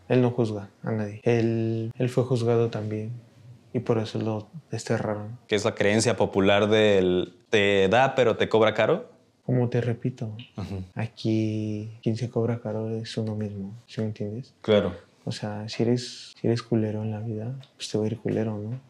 Él no juzga a nadie. Él fue juzgado también y por eso lo desterraron. ¿Qué es la creencia popular del te da pero te cobra caro? Como te repito, aquí quien se cobra caro es uno mismo, ¿sí me entiendes? Claro. O sea, si eres culero en la vida, pues te va a ir culero, ¿no?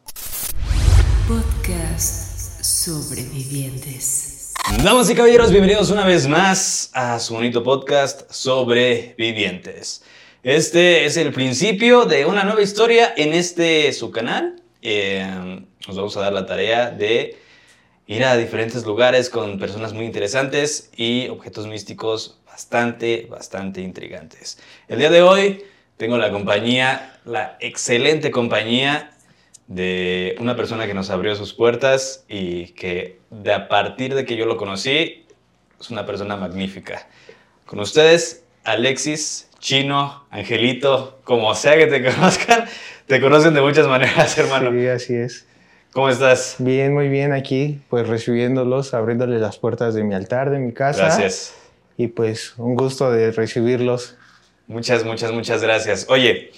Podcast Sobrevivientes. Damas y caballeros, bienvenidos una vez más a su bonito podcast Sobrevivientes. Este es el principio de una nueva historia en su canal. Nos vamos a dar la tarea de ir a diferentes lugares con personas muy interesantes y objetos místicos bastante intrigantes. El día de hoy tengo la excelente compañía de una persona que nos abrió sus puertas y que a partir de que yo lo conocí, es una persona magnífica. Con ustedes, Alexis, Chino, Angelito, como sea que te conozcan, te conocen de muchas maneras, hermano. Sí, así es. ¿Cómo estás? Bien, muy bien aquí, pues recibiéndolos, abriéndoles las puertas de mi altar, de mi casa. Gracias. Y pues un gusto de recibirlos. Muchas gracias. Oye,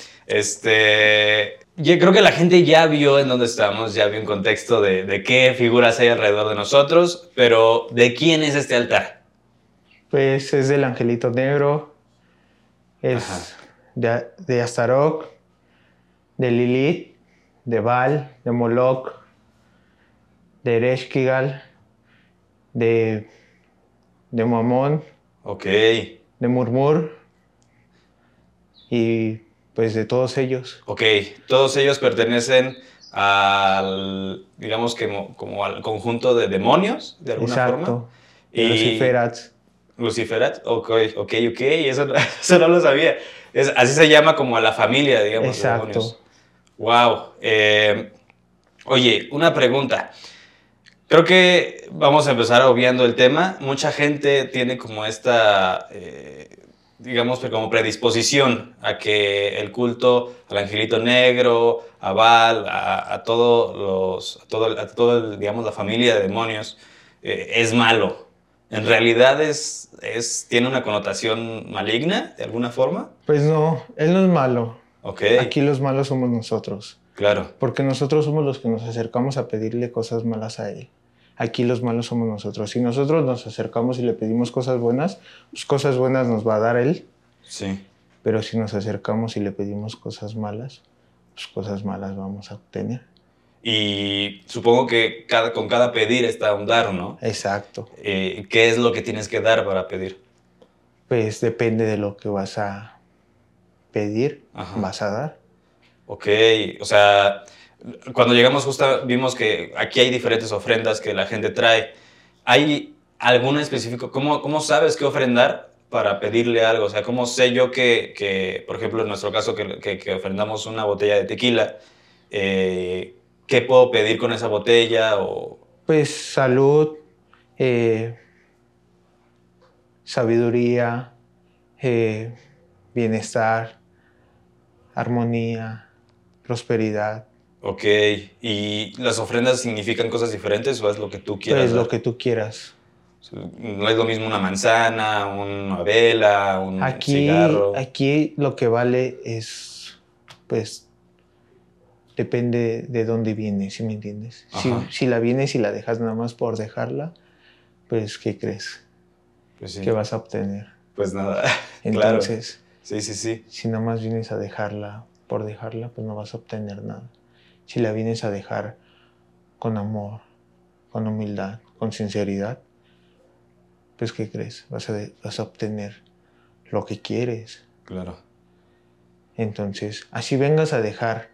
yo creo que la gente ya vio en dónde estamos, ya vio un contexto de qué figuras hay alrededor de nosotros, pero ¿de quién es este altar? Pues es del Angelito Negro, es de Astaroth, de Lilith, de Baal, de Moloch, de Ereshkigal, de Mamón, Ok. de Murmur y pues de todos ellos. Ok, todos ellos pertenecen al, digamos que como al conjunto de demonios, de alguna forma. Exacto, de Luciferats. Luciferat, ok, eso no lo sabía. Así se llama como a la familia, digamos, de demonios. Wow. Oye, una pregunta. Creo que vamos a empezar obviando el tema. Mucha gente tiene como digamos, como predisposición a que el culto al Angelito Negro, a Baal, a todo digamos, la familia de demonios, es malo. ¿En realidad tiene una connotación maligna, de alguna forma? Pues no, él no es malo. Okay. Aquí los malos somos nosotros. Claro. Porque nosotros somos los que nos acercamos a pedirle cosas malas a él. Aquí los malos somos nosotros. Si nosotros nos acercamos y le pedimos cosas buenas, pues cosas buenas nos va a dar él. Sí. Pero si nos acercamos y le pedimos cosas malas, pues cosas malas vamos a obtener. Y supongo que con cada pedir está un dar, ¿no? Exacto. ¿Qué es lo que tienes que dar para pedir? Pues depende de lo que vas a pedir, vas a dar. Ok, o sea, cuando llegamos vimos que aquí hay diferentes ofrendas que la gente trae. ¿Hay alguna específico? ¿Cómo sabes qué ofrendar para pedirle algo? O sea, ¿cómo sé yo que por ejemplo, en nuestro caso, que ofrendamos una botella de tequila, ¿qué puedo pedir con esa botella? Pues salud, sabiduría, bienestar, armonía, prosperidad. Ok, ¿y las ofrendas significan cosas diferentes o es lo que tú quieras? Pues lo que tú quieras. No es lo mismo una manzana, una vela, un cigarro. Aquí lo que vale es, pues, depende de dónde viene, ¿sí me entiendes? Si la vienes y la dejas nada más por dejarla, pues, ¿qué crees? Pues sí. ¿Qué vas a obtener? Pues nada, Entonces, claro. Sí. Si nada más vienes a dejarla por dejarla, pues no vas a obtener nada. Si la vienes a dejar con amor, con humildad, con sinceridad, pues ¿qué crees? Vas a obtener lo que quieres. Claro. Entonces, así vengas a dejar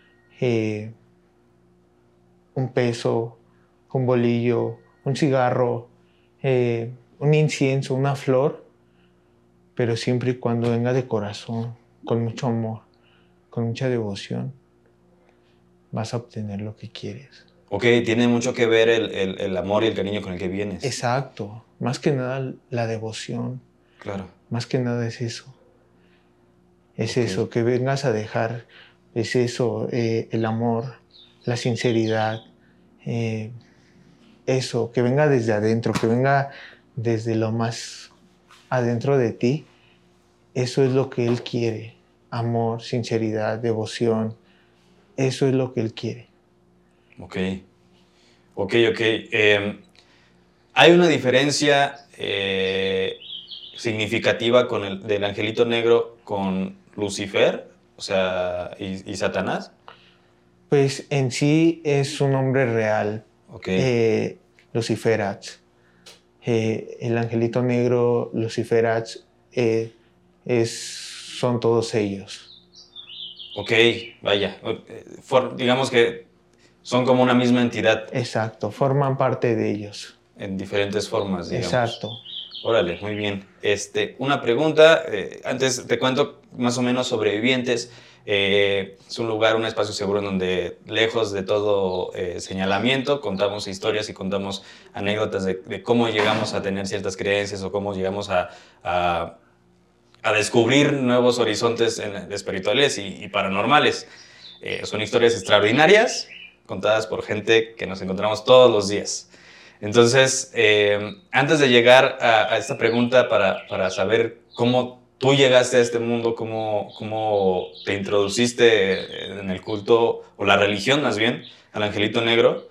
un peso, un bolillo, un cigarro, un incienso, una flor, pero siempre y cuando venga de corazón, con mucho amor, con mucha devoción, vas a obtener lo que quieres. Ok, tiene mucho que ver el amor y el cariño con el que vienes. Exacto. Más que nada la devoción. Claro. Más que nada es eso. Es eso, que vengas a dejar, es eso, el amor, la sinceridad, eso, que venga desde adentro, que venga desde lo más adentro de ti. Eso es lo que él quiere, amor, sinceridad, devoción. Eso es lo que Él quiere. Ok. Hay una diferencia significativa del angelito negro con Lucifer, o sea, y Satanás. Pues en sí es un nombre real, Ok. Luciferats. El angelito negro, Luciferats, son todos ellos. Ok, vaya. Digamos que son como una misma entidad. Exacto, forman parte de ellos. En diferentes formas, digamos. Exacto. Órale, muy bien. Una pregunta, antes te cuento más o menos sobre Vivientes. Es un lugar, un espacio seguro en donde, lejos de todo señalamiento, contamos historias y contamos anécdotas de cómo llegamos a tener ciertas creencias o cómo llegamos a descubrir nuevos horizontes espirituales y paranormales. Son historias extraordinarias contadas por gente que nos encontramos todos los días. Entonces, antes de llegar a esta pregunta para saber cómo tú llegaste a este mundo, cómo te introduciste en el culto, o la religión más bien, al Angelito Negro,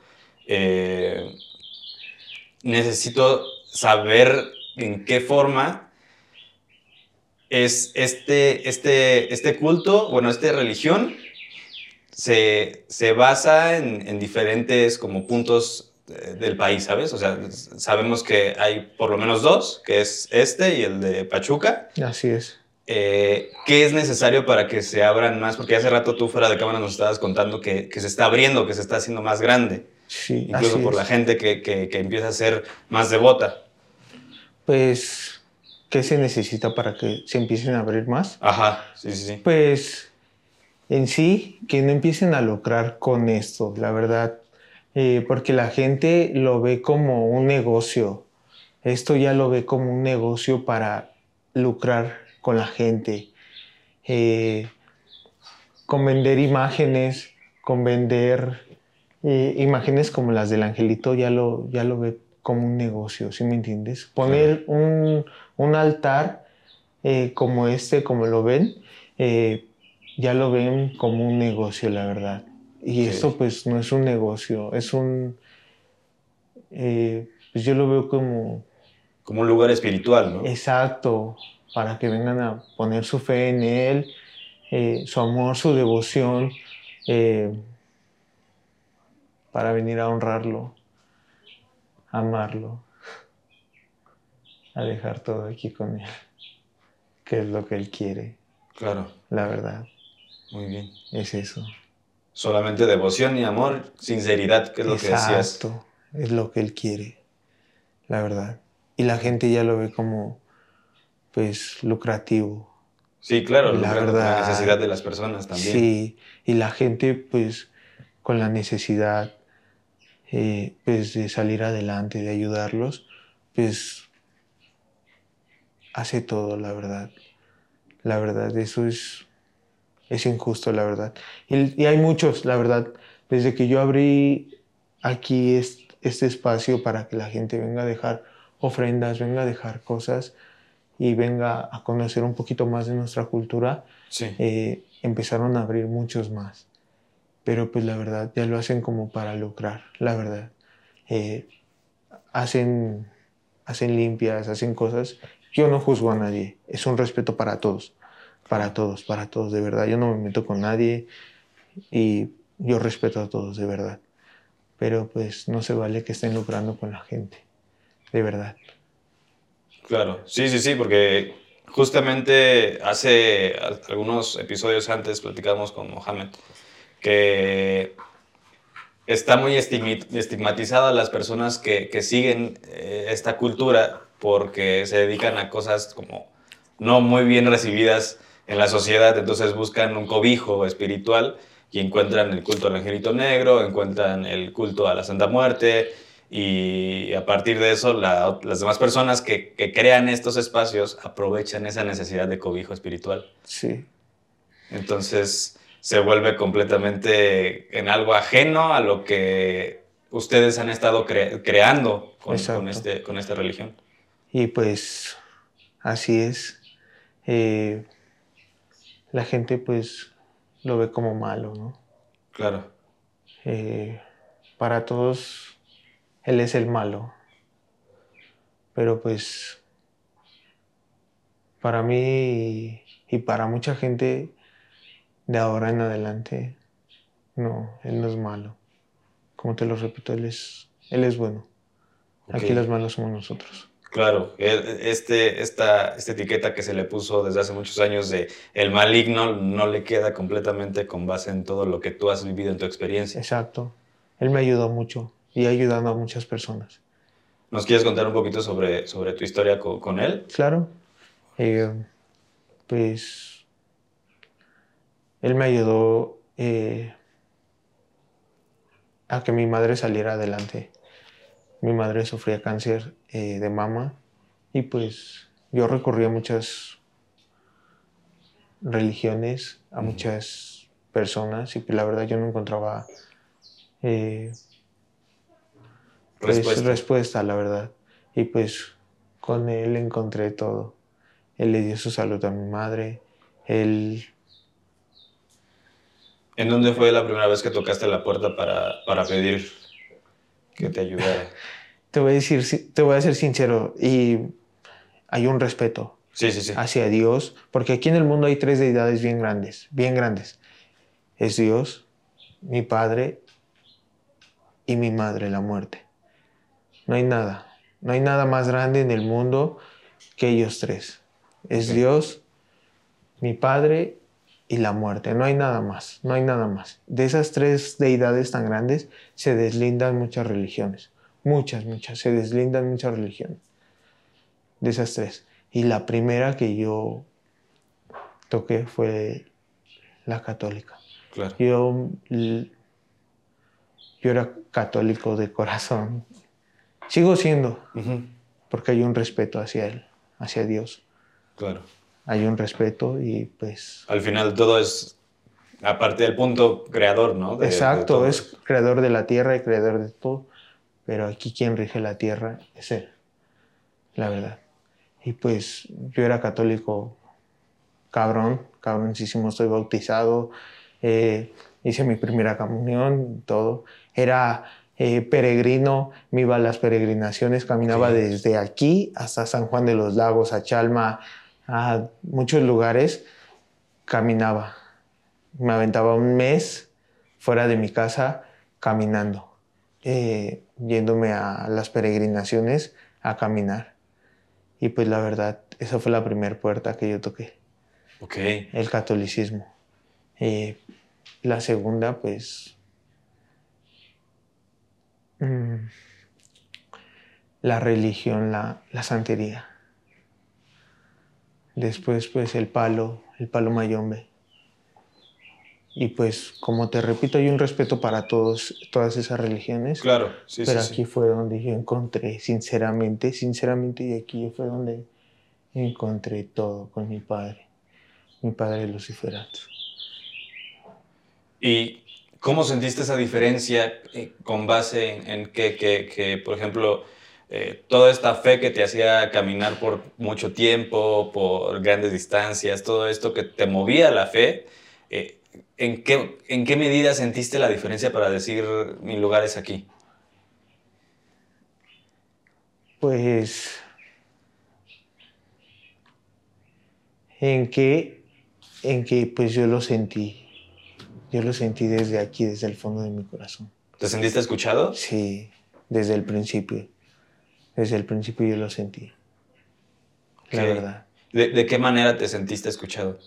necesito saber en qué forma es este culto, bueno, esta religión se basa en diferentes como puntos del país, ¿sabes? O sea, sabemos que hay por lo menos dos, que es este y el de Pachuca. Así es. ¿Qué es necesario para que se abran más? Porque hace rato tú fuera de cámara nos estabas contando que se está abriendo, que se está haciendo más grande. Sí, Incluso así por es. la gente que empieza a ser más devota. Pues, ¿qué se necesita para que se empiecen a abrir más? Ajá, sí. Pues, en sí, que no empiecen a lucrar con esto, la verdad. Porque la gente lo ve como un negocio. Esto ya lo ve como un negocio para lucrar con la gente. Con vender imágenes, con vender imágenes como las del angelito, ya lo ve como un negocio, ¿sí me entiendes? Poner un altar como como lo ven, ya lo ven como un negocio, la verdad. Y Ok. esto pues no es un negocio, pues yo lo veo como... Como un lugar espiritual, ¿no? Exacto, para que vengan a poner su fe en Él, su amor, su devoción, para venir a honrarlo, a amarlo, a dejar todo aquí con Él, que es lo que Él quiere, Claro, la verdad, muy bien. es eso. Solamente devoción y amor, sinceridad, que es lo que decías. Exacto, es lo que Él quiere, la verdad. Y la gente ya lo ve como, pues, lucrativo. Sí, claro, La lucrando con la verdad, necesidad de las personas también. sí, y la gente, pues, con la necesidad, pues, de salir adelante, de ayudarlos, pues, hace todo, la verdad. La verdad, eso es injusto, la verdad. Y hay muchos, la verdad. Desde que yo abrí aquí este espacio para que la gente venga a dejar ofrendas, venga a dejar cosas y venga a conocer un poquito más de nuestra cultura, Sí. Empezaron a abrir muchos más. Pero pues la verdad, ya lo hacen como para lucrar, la verdad. Eh, hacen limpias, hacen cosas. Yo no juzgo a nadie, es un respeto para todos. Para todos, de verdad. Yo no me meto con nadie y yo respeto a todos, de verdad. Pero pues no se vale que estén lucrando con la gente, de verdad. Claro, sí, porque justamente hace algunos episodios antes platicamos con Mohamed que está muy estigmatizada las personas que siguen esta cultura porque se dedican a cosas como no muy bien recibidas en la sociedad, entonces buscan un cobijo espiritual y encuentran el culto al angelito negro, encuentran el culto a la Santa Muerte y a partir de eso las demás personas que crean estos espacios aprovechan esa necesidad de cobijo espiritual. Sí. Entonces se vuelve completamente en algo ajeno a lo que ustedes han estado creando con esta religión. Y pues así es. la gente pues lo ve como malo, ¿no? Claro. Para todos él es el malo, pero pues para mí y para mucha gente de ahora en adelante, no, él no es malo. Como te lo repito, él es bueno. Ok. Aquí los malos somos nosotros. Claro, esta etiqueta que se le puso desde hace muchos años de el maligno no le queda completamente con base en todo lo que tú has vivido en tu experiencia. Exacto. Él me ayudó mucho y ha ayudado a muchas personas. ¿Nos quieres contar un poquito sobre tu historia con él? Claro, pues él me ayudó a que mi madre saliera adelante. Mi madre sufría cáncer de mama y pues yo recurrí a muchas religiones, a muchas personas y pues la verdad yo no encontraba pues, respuesta, la verdad. Y pues con él encontré todo. Él le dio su salud a mi madre. Él... ¿En dónde fue la primera vez que tocaste la puerta para pedir que te ayudara? Te voy a ser sincero y hay un respeto Sí. hacia Dios, porque aquí en el mundo hay 3 deidades bien grandes, bien grandes. Es Dios, mi Padre y mi madre, la muerte. No hay nada más grande en el mundo que ellos 3. Es Ok. Dios, mi Padre y la muerte. No hay nada más. De esas 3 deidades tan grandes se deslindan muchas religiones. Muchas. Se deslindan muchas religiones. De esas 3. Y la primera que yo toqué fue la católica. Claro. Yo era católico de corazón. Sigo siendo, porque hay un respeto hacia él, hacia Dios. Claro. Hay un respeto y pues... Al final todo es, aparte del punto creador, ¿no? Exacto, de todo. es creador de la tierra y creador de todo. Pero aquí quien rige la tierra es él, la verdad. Y pues yo era católico cabroncísimo, estoy bautizado, hice mi primera comunión, todo. Era peregrino, me iba a las peregrinaciones, caminaba desde aquí hasta San Juan de los Lagos, a Chalma, a muchos lugares, caminaba. Me aventaba un mes fuera de mi casa caminando, yéndome a las peregrinaciones a caminar. Y pues la verdad, esa fue la primera puerta que yo toqué. Ok. El catolicismo. La segunda, pues... la religión, la santería. Después, pues el palo mayombe. Y pues, como te repito, hay un respeto para todas esas religiones. Claro, sí. Pero aquí fue donde yo encontré, sinceramente, y aquí fue donde encontré todo con mi padre Luciferato. ¿Y cómo sentiste esa diferencia con base en que, por ejemplo, toda esta fe que te hacía caminar por mucho tiempo, por grandes distancias, todo esto que te movía la fe, ¿en qué medida sentiste la diferencia para decir mi lugar es aquí? Pues, en que pues yo lo sentí desde aquí, desde el fondo de mi corazón. ¿Te sentiste escuchado? Sí, desde el principio yo lo sentí, la verdad. ¿De qué manera te sentiste escuchado?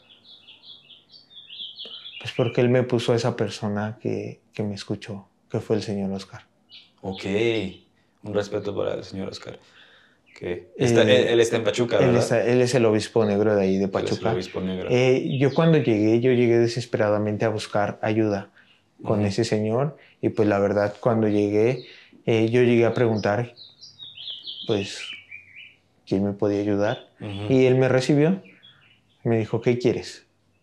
Pues porque él me puso a esa persona que me escuchó, que fue el señor Oscar. Ok, un respeto para el señor Oscar. Okay. Él está en Pachuca, ¿verdad? Él es el obispo negro de ahí, de Pachuca. Él es el obispo negro. Yo cuando llegué desesperadamente a buscar ayuda con ese señor. Y pues la verdad, cuando llegué, yo llegué a preguntar, pues, quién me podía ayudar. Y él me recibió. Me dijo, ¿qué quieres?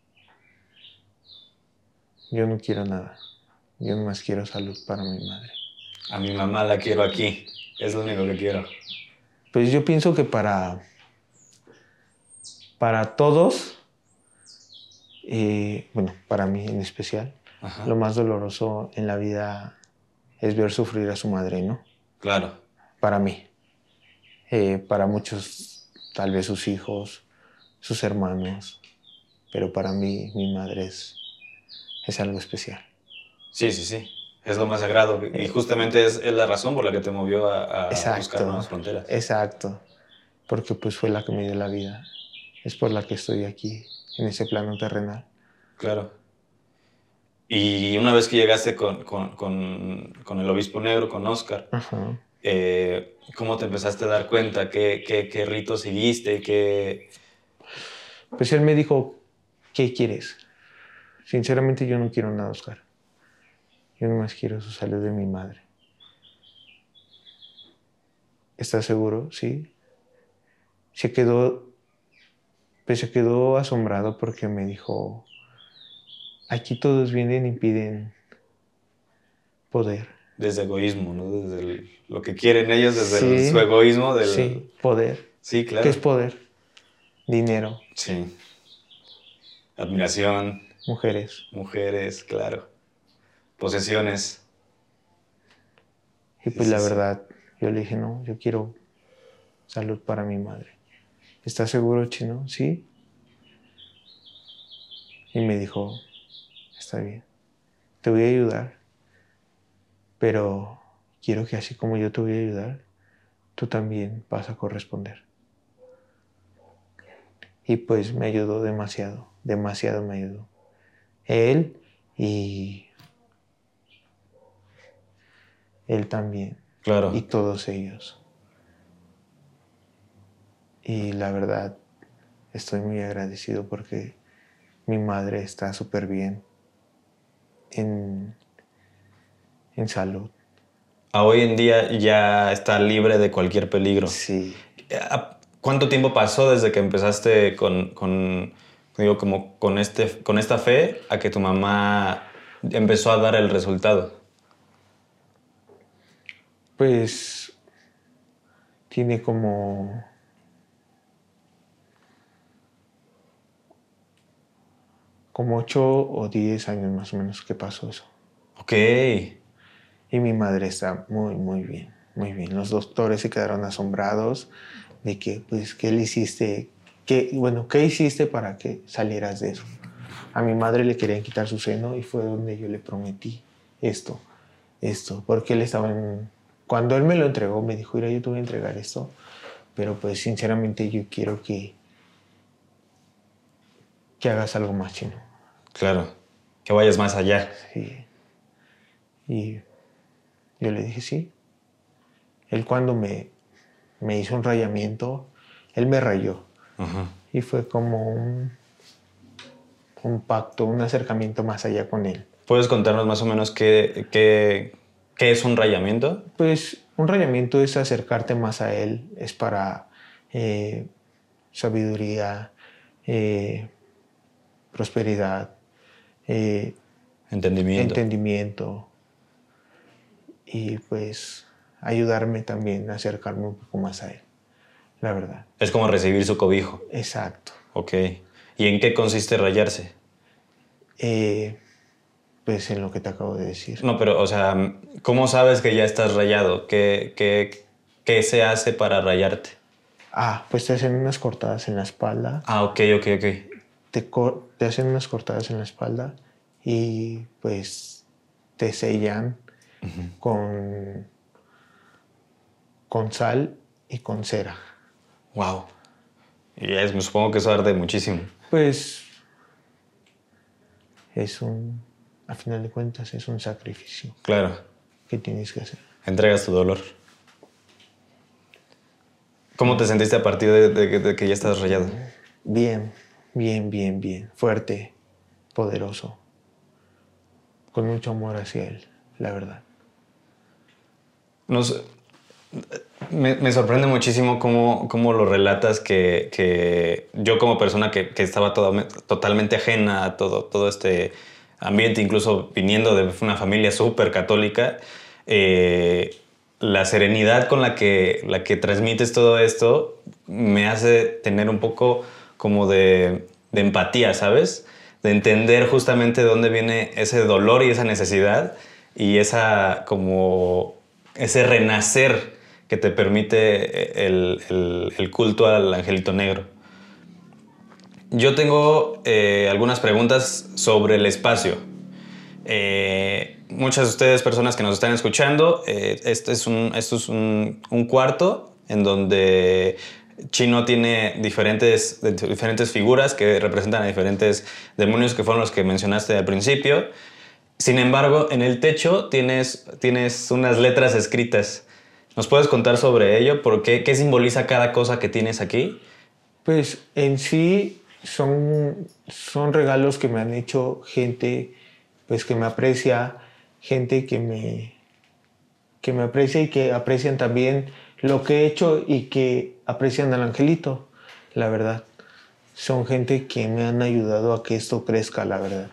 Yo no quiero nada. Yo nomás quiero salud para mi madre. A mi mamá la quiero aquí. Es lo único que quiero. Pues yo pienso que para todos bueno, para mí en especial, Ajá. lo más doloroso en la vida es ver sufrir a su madre, ¿no? Claro. Para mí. Para muchos, tal vez sus hijos, sus hermanos, pero para mí, mi madre es algo especial. Sí, sí, sí. Es lo más sagrado. Y justamente es la razón por la que te movió a buscar nuevas fronteras. Exacto, porque pues fue la que me dio la vida. Es por la que estoy aquí, en ese plano terrenal. Claro. Y una vez que llegaste con el obispo negro, con Oscar, Ajá. ¿cómo te empezaste a dar cuenta? ¿Qué rito seguiste? Pues él me dijo, ¿qué quieres? Sinceramente yo no quiero nada, Oscar. Yo nomás quiero su salud de mi madre. ¿Estás seguro? Sí. Se quedó, pues se quedó asombrado porque me dijo, aquí todos vienen y piden poder. Desde egoísmo, ¿no? Desde lo que quieren ellos, desde su Sí, egoísmo sí, poder. Sí, ¿Qué claro. es poder? Dinero, Sí. Admiración, mujeres. mujeres, claro. Posesiones. Y Sí, pues sí, la sí. verdad, yo le dije, no, yo quiero salud para mi madre. ¿Estás seguro, Chino? Sí. Y me dijo, está bien, te voy a ayudar, pero quiero que así como yo te voy a ayudar, tú también vas a corresponder. Y pues me ayudó demasiado, demasiado me ayudó. Él y él también. Claro. Y todos ellos. Y la verdad, estoy muy agradecido porque mi madre está súper bien en salud. Hoy en día ya está libre de cualquier peligro. Sí. ¿Cuánto tiempo pasó desde que empezaste digo, como con esta fe a que tu mamá empezó a dar el resultado? Pues tiene como 8 o 10 años más o menos que pasó eso. Ok. Y mi madre está muy, muy bien, muy bien. Los doctores se quedaron asombrados de que, pues, ¿qué le hiciste? ¿Qué hiciste para que salieras de eso? A mi madre le querían quitar su seno y fue donde yo le prometí esto, porque él estaba Cuando él me lo entregó, me dijo, mira, yo te voy a entregar esto, pero pues sinceramente yo quiero que hagas algo más, Chino. Claro. Que vayas más allá. Sí. Y yo le dije, sí. Él cuando me hizo un rayamiento, él me rayó. Ajá. Y fue como un pacto, un acercamiento más allá con él. ¿Puedes contarnos más o menos qué es un rayamiento? Pues un rayamiento es acercarte más a él, es para sabiduría, prosperidad, entendimiento y pues ayudarme también a acercarme un poco más a él, la verdad. Es como recibir su cobijo. Exacto. Ok. ¿Y en qué consiste rayarse? Pues en lo que te acabo de decir. No, pero, o sea, ¿cómo sabes que ya estás rayado? ¿Qué se hace para rayarte? Pues te hacen unas cortadas en la espalda. Ok. Te hacen unas cortadas en la espalda y pues te sellan con sal y con cera. Wow. Y me supongo que eso arde muchísimo. Pues a final de cuentas, es un sacrificio Claro. que tienes que hacer. Entregas tu dolor. ¿Cómo te sentiste a partir de que ya estás rayado? Bien. Fuerte, poderoso. Con mucho amor hacia él, la verdad. No sé, me sorprende muchísimo cómo lo relatas que yo como persona que estaba totalmente ajena a todo este ambiente, incluso viniendo de una familia súper católica, la serenidad con la que transmites todo esto me hace tener un poco como de empatía, ¿sabes? de entender justamente de dónde viene ese dolor y esa necesidad y ese renacer que te permite el culto al angelito negro. Yo tengo algunas preguntas sobre el espacio. Muchas de ustedes, personas que nos están escuchando, esto es un cuarto en donde Chino tiene diferentes figuras que representan a diferentes demonios que fueron los que mencionaste al principio. Sin embargo, en el techo tienes unas letras escritas. ¿Nos puedes contar sobre ello? ¿Qué simboliza cada cosa que tienes aquí? Pues en sí son regalos que me han hecho gente pues que me aprecia, gente que me aprecia y que aprecian también lo que he hecho y que aprecian al angelito, la verdad. Son gente que me han ayudado a que esto crezca, la verdad.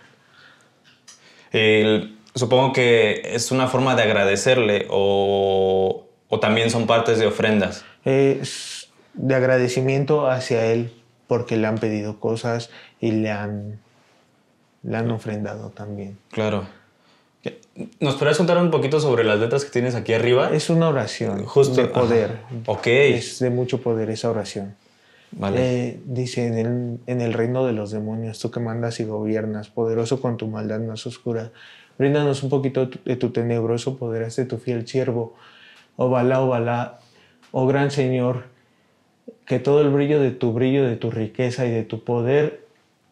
Supongo que es una forma de agradecerle o también son partes de ofrendas. Es de agradecimiento hacia él porque le han pedido cosas y le han ofrendado también. Claro. ¿Nos podrías contar un poquito sobre las letras que tienes aquí arriba? Es una oración Justo, de poder. Ajá. Ok. Es de mucho poder esa oración. Vale. Dice, en el reino de los demonios, tú que mandas y gobiernas, poderoso con tu maldad más oscura, bríndanos un poquito de tu tenebroso poder, hazte tu fiel siervo. Ovalá, ovalá, oh gran Señor, que todo el brillo, de tu riqueza y de tu poder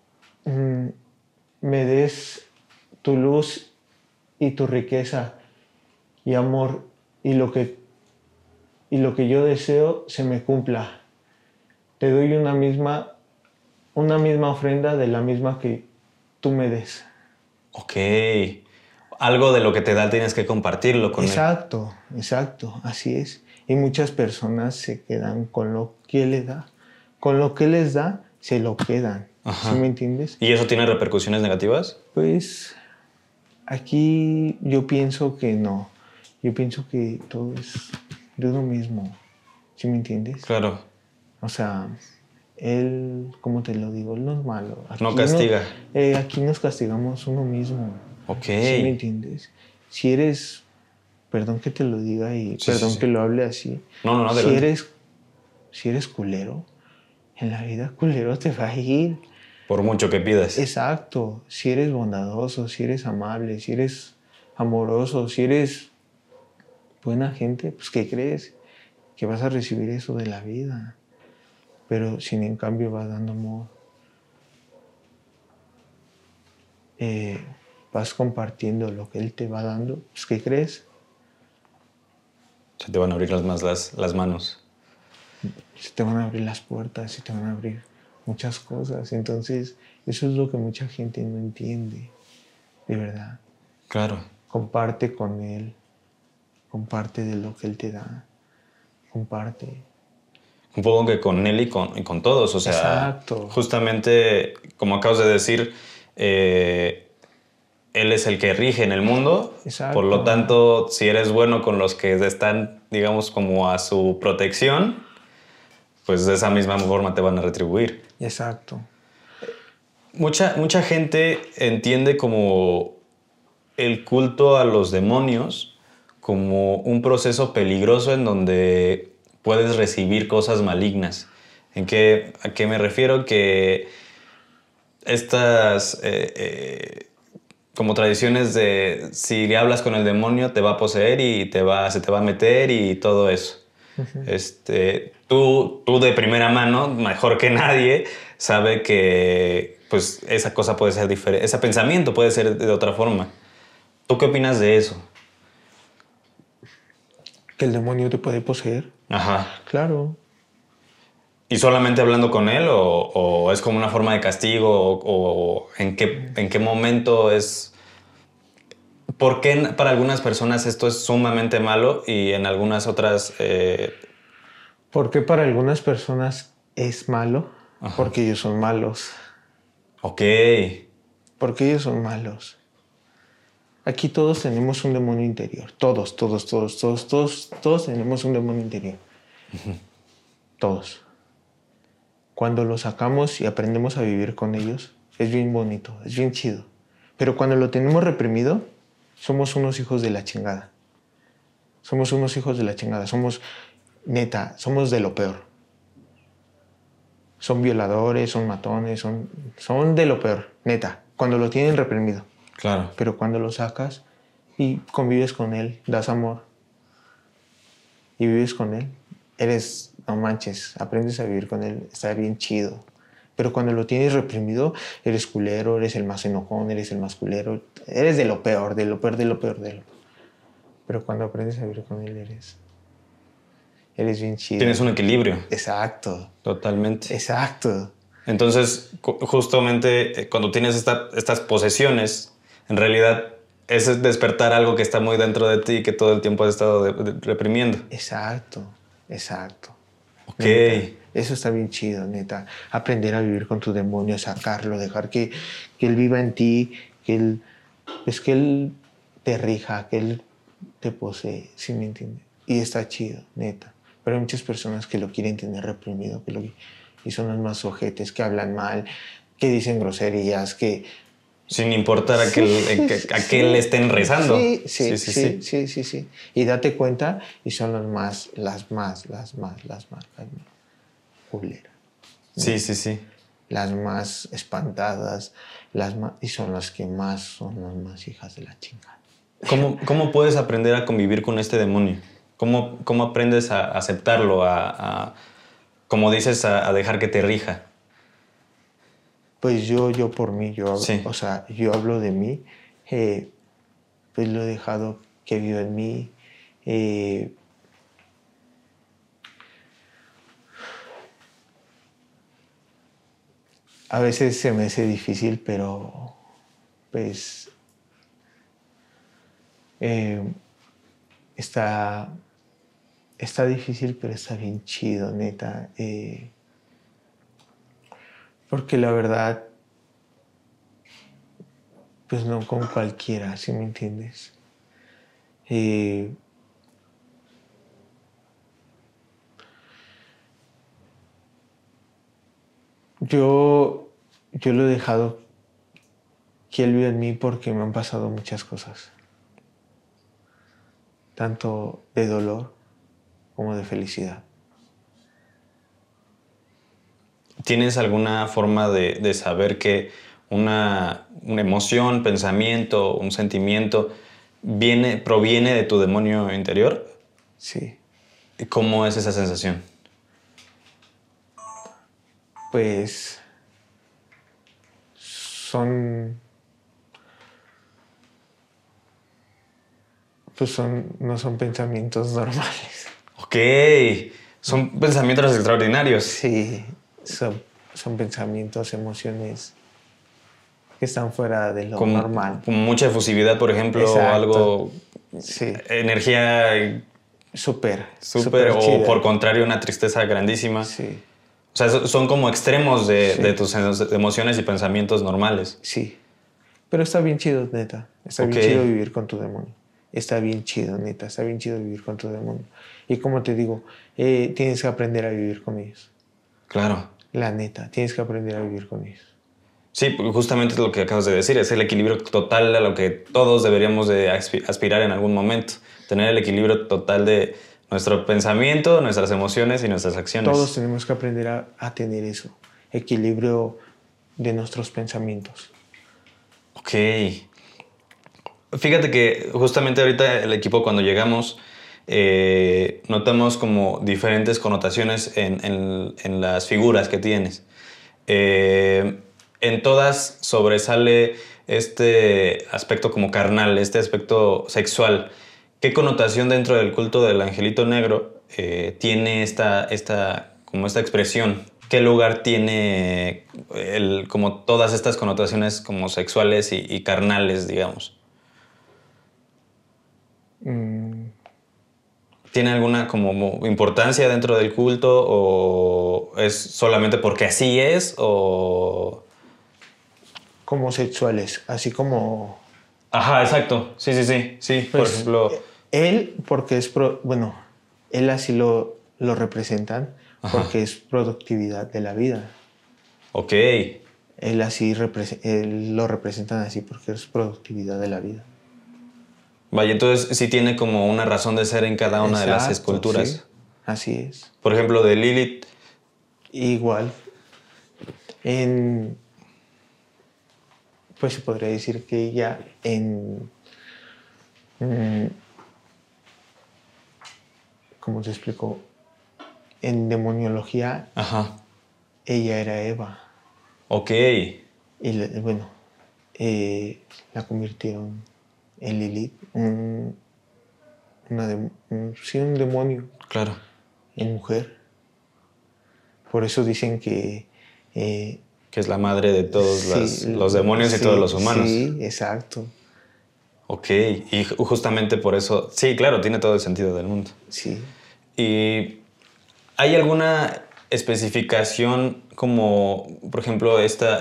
me des tu luz y tu riqueza y amor y lo que yo deseo se me cumpla. Te doy una misma ofrenda de la misma que tú me des. Ok. Algo de lo que te da tienes que compartirlo con él. Exacto, así es. Y muchas personas se quedan con lo que le da. Con lo que les da, se lo quedan. Ajá. ¿Sí me entiendes? ¿Y eso tiene repercusiones negativas? Pues aquí yo pienso que no. Yo pienso que todo es de uno mismo. ¿Sí me entiendes? Claro. O sea, él, ¿cómo te lo digo? Él no es malo. Aquí no castiga. Aquí nos castigamos uno mismo. Ok. ¿Sí me entiendes? Si eres, perdón que te lo diga y perdón que lo hable así. No, si eres culero, en la vida culero te va a ir. Por mucho que pidas. Exacto. Si eres bondadoso, si eres amable, si eres amoroso, si eres buena gente, pues ¿qué crees? Que vas a recibir eso de la vida. Pero si en cambio vas dando amor, vas compartiendo lo que él te va dando, pues ¿qué crees? Se te van a abrir las manos. Se te van a abrir las puertas, se te van a abrir muchas cosas. Entonces, eso es lo que mucha gente no entiende, de verdad. Claro. Comparte con él, comparte de lo que él te da, comparte. Un poco que con él y con todos, o sea, exacto. Justamente, como acabas de decir, él es el que rige en el mundo. Exacto. Por lo tanto, si eres bueno con los que están, digamos, como a su protección, pues de esa misma forma te van a retribuir. Exacto. Mucha gente entiende como el culto a los demonios como un proceso peligroso en donde puedes recibir cosas malignas. ¿A qué me refiero? Que estas como tradiciones de si hablas con el demonio te va a poseer y se te va a meter y todo eso. Uh-huh. Tú de primera mano, mejor que nadie, sabe que pues, esa cosa puede ser diferente, ese pensamiento puede ser de otra forma. ¿Tú qué opinas de eso? ¿Que el demonio te puede poseer? Ajá. Claro. ¿Y solamente hablando con él o es como una forma de castigo o en qué momento es? ¿Por qué para algunas personas esto es sumamente malo y en algunas otras? ¿Por qué para algunas personas es malo? Ajá. Porque ellos son malos. Ok. Porque ellos son malos. Aquí todos tenemos un demonio interior. Todos tenemos un demonio interior. Uh-huh. Todos. Cuando los sacamos y aprendemos a vivir con ellos, es bien bonito, es bien chido. Pero cuando lo tenemos reprimido, somos unos hijos de la chingada. Somos unos hijos de la chingada. Somos, neta, somos de lo peor. Son violadores, son matones, son de lo peor, neta. Cuando lo tienen reprimido. Claro. Pero cuando lo sacas y convives con él, das amor y vives con él, eres, no manches, aprendes a vivir con él, está bien chido. Pero cuando lo tienes reprimido, eres culero, eres el más enojón, eres el más culero, eres de lo peor, de lo peor, de lo peor, de lo peor. Pero cuando aprendes a vivir con él, eres bien chido. Tienes un equilibrio. Exacto. Totalmente. Exacto. Entonces, justamente cuando tienes estas posesiones, en realidad es despertar algo que está muy dentro de ti y que todo el tiempo has estado reprimiendo. Exacto, exacto. Ok. Neta, eso está bien chido, neta. Aprender a vivir con tu demonio, sacarlo, dejar que él viva en ti, que él te rija, que él te posee, ¿sí me entiendes? Y está chido, neta. Pero hay muchas personas que lo quieren tener reprimido, y son los más ojetes, que hablan mal, que dicen groserías, que... Sin importar a qué le estén rezando. Sí. Y date cuenta, y son las más culeras. Sí. Las más espantadas, y son las más hijas de la chingada. ¿Cómo puedes aprender a convivir con este demonio? ¿Cómo aprendes a aceptarlo, como dices, a dejar que te rija? Pues yo por mí, Sí. o sea, yo hablo de mí, pues lo he dejado que viva en mí. A veces se me hace difícil, pero pues está difícil, pero está bien chido, neta. Porque la verdad, pues no con cualquiera, ¿sí me entiendes? Yo lo he dejado que él viva en mí porque me han pasado muchas cosas. Tanto de dolor como de felicidad. ¿Tienes alguna forma de saber que una emoción, pensamiento, un sentimiento proviene de tu demonio interior? Sí. ¿Cómo es esa sensación? Pues no son pensamientos normales. Ok, son pensamientos extraordinarios. Sí, son pensamientos, emociones que están fuera de lo normal. Con mucha efusividad, por ejemplo, o algo... Sí. Energía Súper o chida. por contrario una tristeza grandísima. Sí. O sea, son como extremos de tus emociones y pensamientos normales. Sí. Pero está bien chido, neta. Está bien chido vivir con tu demonio. Está bien chido, neta. Está bien chido vivir con tu demonio. Y como te digo, tienes que aprender a vivir con ellos. Claro. La neta, tienes que aprender a vivir con ellos. Sí, justamente lo que acabas de decir, es el equilibrio total a lo que todos deberíamos de aspirar en algún momento. Tener el equilibrio total de nuestro pensamiento, nuestras emociones y nuestras acciones. Todos tenemos que aprender a tener eso. Equilibrio de nuestros pensamientos. Ok. Fíjate que justamente ahorita el equipo cuando llegamos notamos como diferentes connotaciones en las figuras que tienes. En todas sobresale este aspecto como carnal, este aspecto sexual. ¿Qué connotación dentro del culto del Angelito Negro tiene esta expresión? ¿Qué lugar tiene como todas estas connotaciones como sexuales y carnales, digamos? ¿Tiene alguna como importancia dentro del culto o es solamente porque así es o...? Como sexuales, así como... Ajá, exacto. Sí. Pues, por ejemplo... Él, porque él así lo representan, porque es productividad de la vida. Ok. él lo representan así porque es productividad de la vida. Vaya, entonces sí tiene como una razón de ser en cada una de las Exacto, esculturas. sí, así es. Por ejemplo, de Lilith. Igual, pues se podría decir que ella ¿cómo te explico? En demoniología, Ajá. ella era Eva. Ok. Y bueno, la convirtieron en Lilith, sí, un demonio Claro. en mujer. Por eso dicen que... Que es la madre de todos sí, los demonios y todos los humanos. Sí, exacto. Ok. Y justamente por eso... Sí, claro, tiene todo el sentido del mundo. Sí. ¿Y hay alguna especificación como, por ejemplo,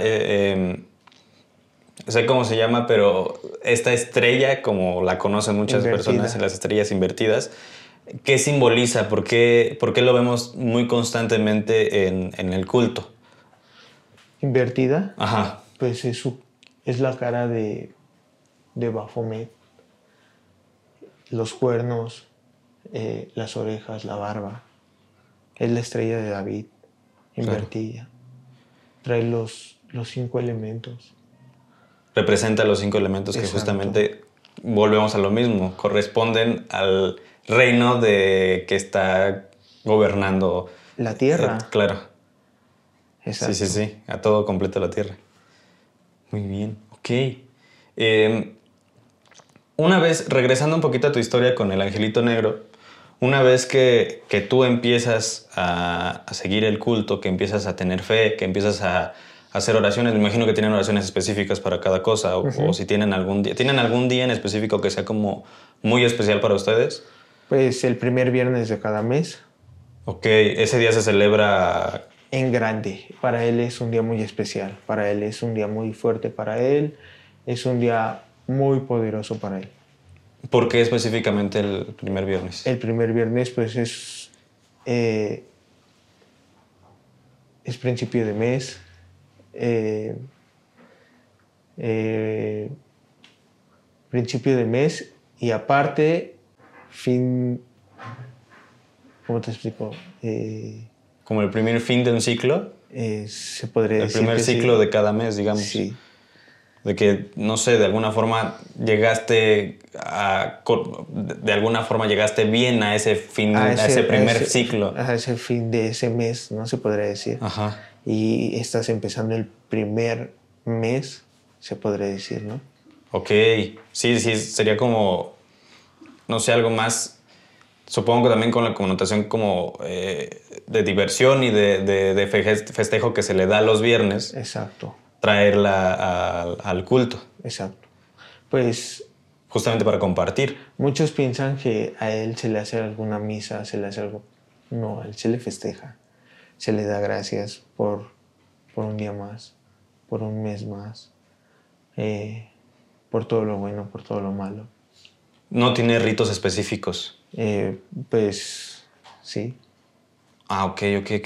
no sé cómo se llama, pero esta estrella, como la conocen muchas personas en las estrellas invertidas, ¿qué simboliza? ¿Por qué lo vemos muy constantemente en el culto? Invertida, Ajá. pues es la cara de Baphomet, los cuernos, las orejas, la barba. Es la estrella de David, invertida. Claro. Trae los 5 elementos. Representa los 5 elementos. Exacto. Que justamente volvemos a lo mismo, corresponden al reino que está gobernando la tierra. Claro. Exacto. Sí, a todo completo la tierra. Muy bien, ok. Una vez, regresando un poquito a tu historia con el angelito negro, una vez que tú empiezas a seguir el culto, que empiezas a tener fe, que empiezas a hacer oraciones, me imagino que tienen oraciones específicas para cada cosa, o si tienen algún día en específico que sea como muy especial para ustedes. Pues el primer viernes de cada mes. Ok, ese día se celebra... En grande. Para él es un día muy especial, para él es un día muy fuerte, para él es un día muy poderoso para él. ¿Por qué específicamente el primer viernes? El primer viernes pues es principio de mes, principio de mes y aparte ¿cómo te explico? ¿Como el primer fin de un ciclo? Se podría decir. El primer ciclo sí. De cada mes, digamos. Sí. De que, no sé, de alguna forma llegaste bien a ese fin, a ese primer ciclo. A ese fin de ese mes, ¿no? Se podría decir. Ajá. Y estás empezando el primer mes, se podría decir, ¿no? Ok. Sí, sería como, no sé, algo más... Supongo que también con la connotación como de diversión y de festejo que se le da los viernes. Exacto. Traerla al culto. Exacto. Pues... Justamente para compartir. Muchos piensan que a él se le hace alguna misa, se le hace algo... No, a él se le festeja. Se le da gracias por un día más, por un mes más, por todo lo bueno, por todo lo malo. ¿No tiene ritos específicos? Pues sí. Ah, ok.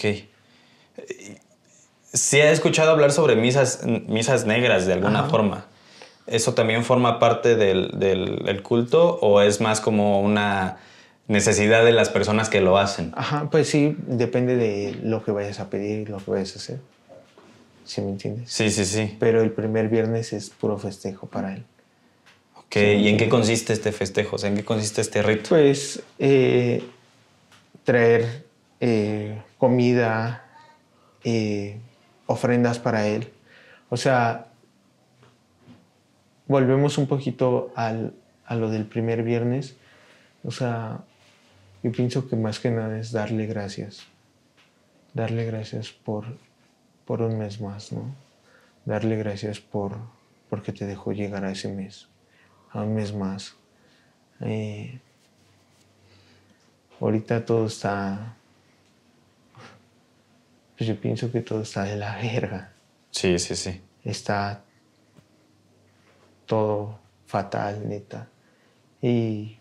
Sí he escuchado hablar sobre misas negras de alguna forma. ¿Eso también forma parte del culto o es más como una necesidad de las personas que lo hacen? Ajá, pues sí, depende de lo que vayas a pedir y lo que vayas a hacer. ¿Sí me entiendes? Sí. Pero el primer viernes es puro festejo para él. Ok, ¿y en qué consiste este festejo? O sea, ¿en qué consiste este rito? Pues traer comida, ofrendas para él. O sea, volvemos un poquito a lo del primer viernes. O sea, yo pienso que más que nada es darle gracias. Darle gracias por un mes más, ¿no? Darle gracias porque te dejó llegar a ese mes, a un mes más. Ahorita todo está... Pues yo pienso que todo está de la verga. Sí. Está todo fatal, neta. Y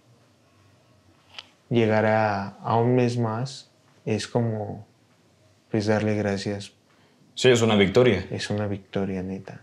llegar a un mes más es como, pues, darle gracias Sí, es una victoria. Es una victoria neta.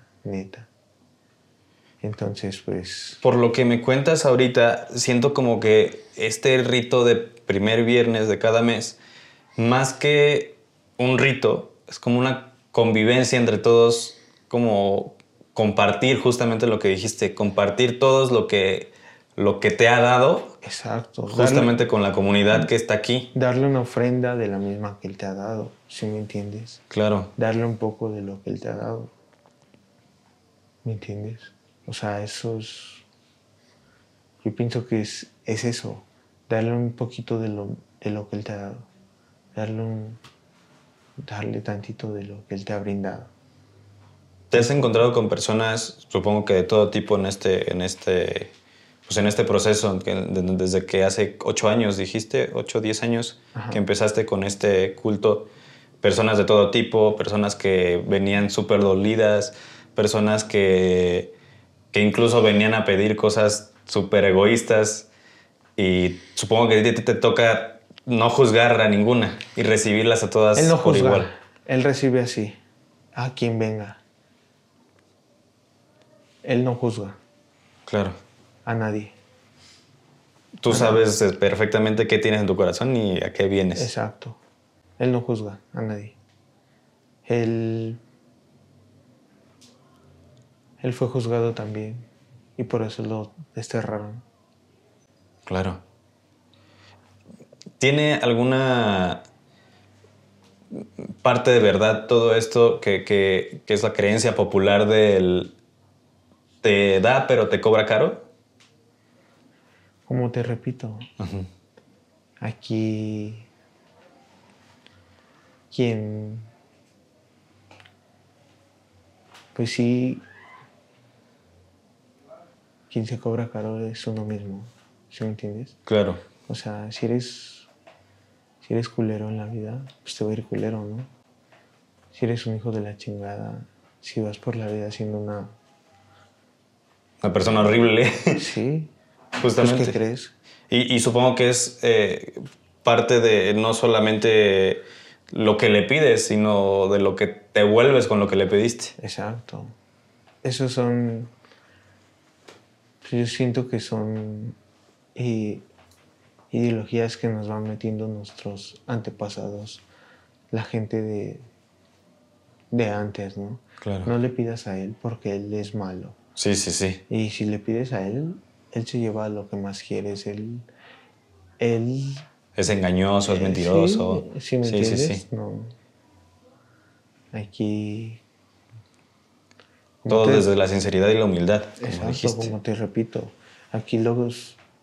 Entonces, pues... Por lo que me cuentas ahorita, siento como que este rito de primer viernes de cada mes, más que un rito, es como una convivencia entre todos, como compartir justamente lo que dijiste, compartir todos lo que te ha dado. Exacto. Justamente con la comunidad que está aquí. Darle una ofrenda de la misma que Él te ha dado, ¿sí me entiendes? Claro. Darle un poco de lo que Él te ha dado. ¿Me entiendes? O sea, eso es... Yo pienso que es eso. Darle un poquito de lo que Él te ha dado. Darle tantito de lo que Él te ha brindado. ¿Te has encontrado con personas, supongo que de todo tipo en este proceso, desde que hace 8 años, dijiste, 8 o 10 años, Ajá. que empezaste con este culto, personas de todo tipo, personas que venían súper dolidas, personas que incluso venían a pedir cosas súper egoístas, y supongo que a ti te toca no juzgar a ninguna y recibirlas a todas Él no por juzga, igual. Él recibe así, a quien venga. Él no juzga Claro. a nadie. Tú sabes perfectamente qué tienes en tu corazón y a qué vienes. Exacto. Él no juzga a nadie. Él fue juzgado también y por eso lo desterraron. Claro. ¿Tiene alguna parte de verdad todo esto que es la creencia popular del te da pero te cobra caro? Como te repito, aquí pues sí, quien se cobra caro es uno mismo, ¿sí me entiendes? Claro. O sea, si eres culero en la vida, pues te va a ir culero, ¿no? Si eres un hijo de la chingada, si vas por la vida siendo una persona horrible. Sí. Justamente. Pues, ¿qué crees? Y supongo que es parte de no solamente lo que le pides, sino de lo que te vuelves con lo que le pediste. Exacto. Esos son... Yo siento que son ideologías que nos van metiendo nuestros antepasados, la gente de antes, ¿no? Claro. No le pidas a él porque él es malo. Sí, sí, sí. Y si le pides a él, él se lleva lo que más quieres. Él es engañoso, es mentiroso. Sí, ¿me entiendes? Sí. No. Aquí... Todo desde la sinceridad y la humildad, como exacto, dijiste. como te repito. Aquí lo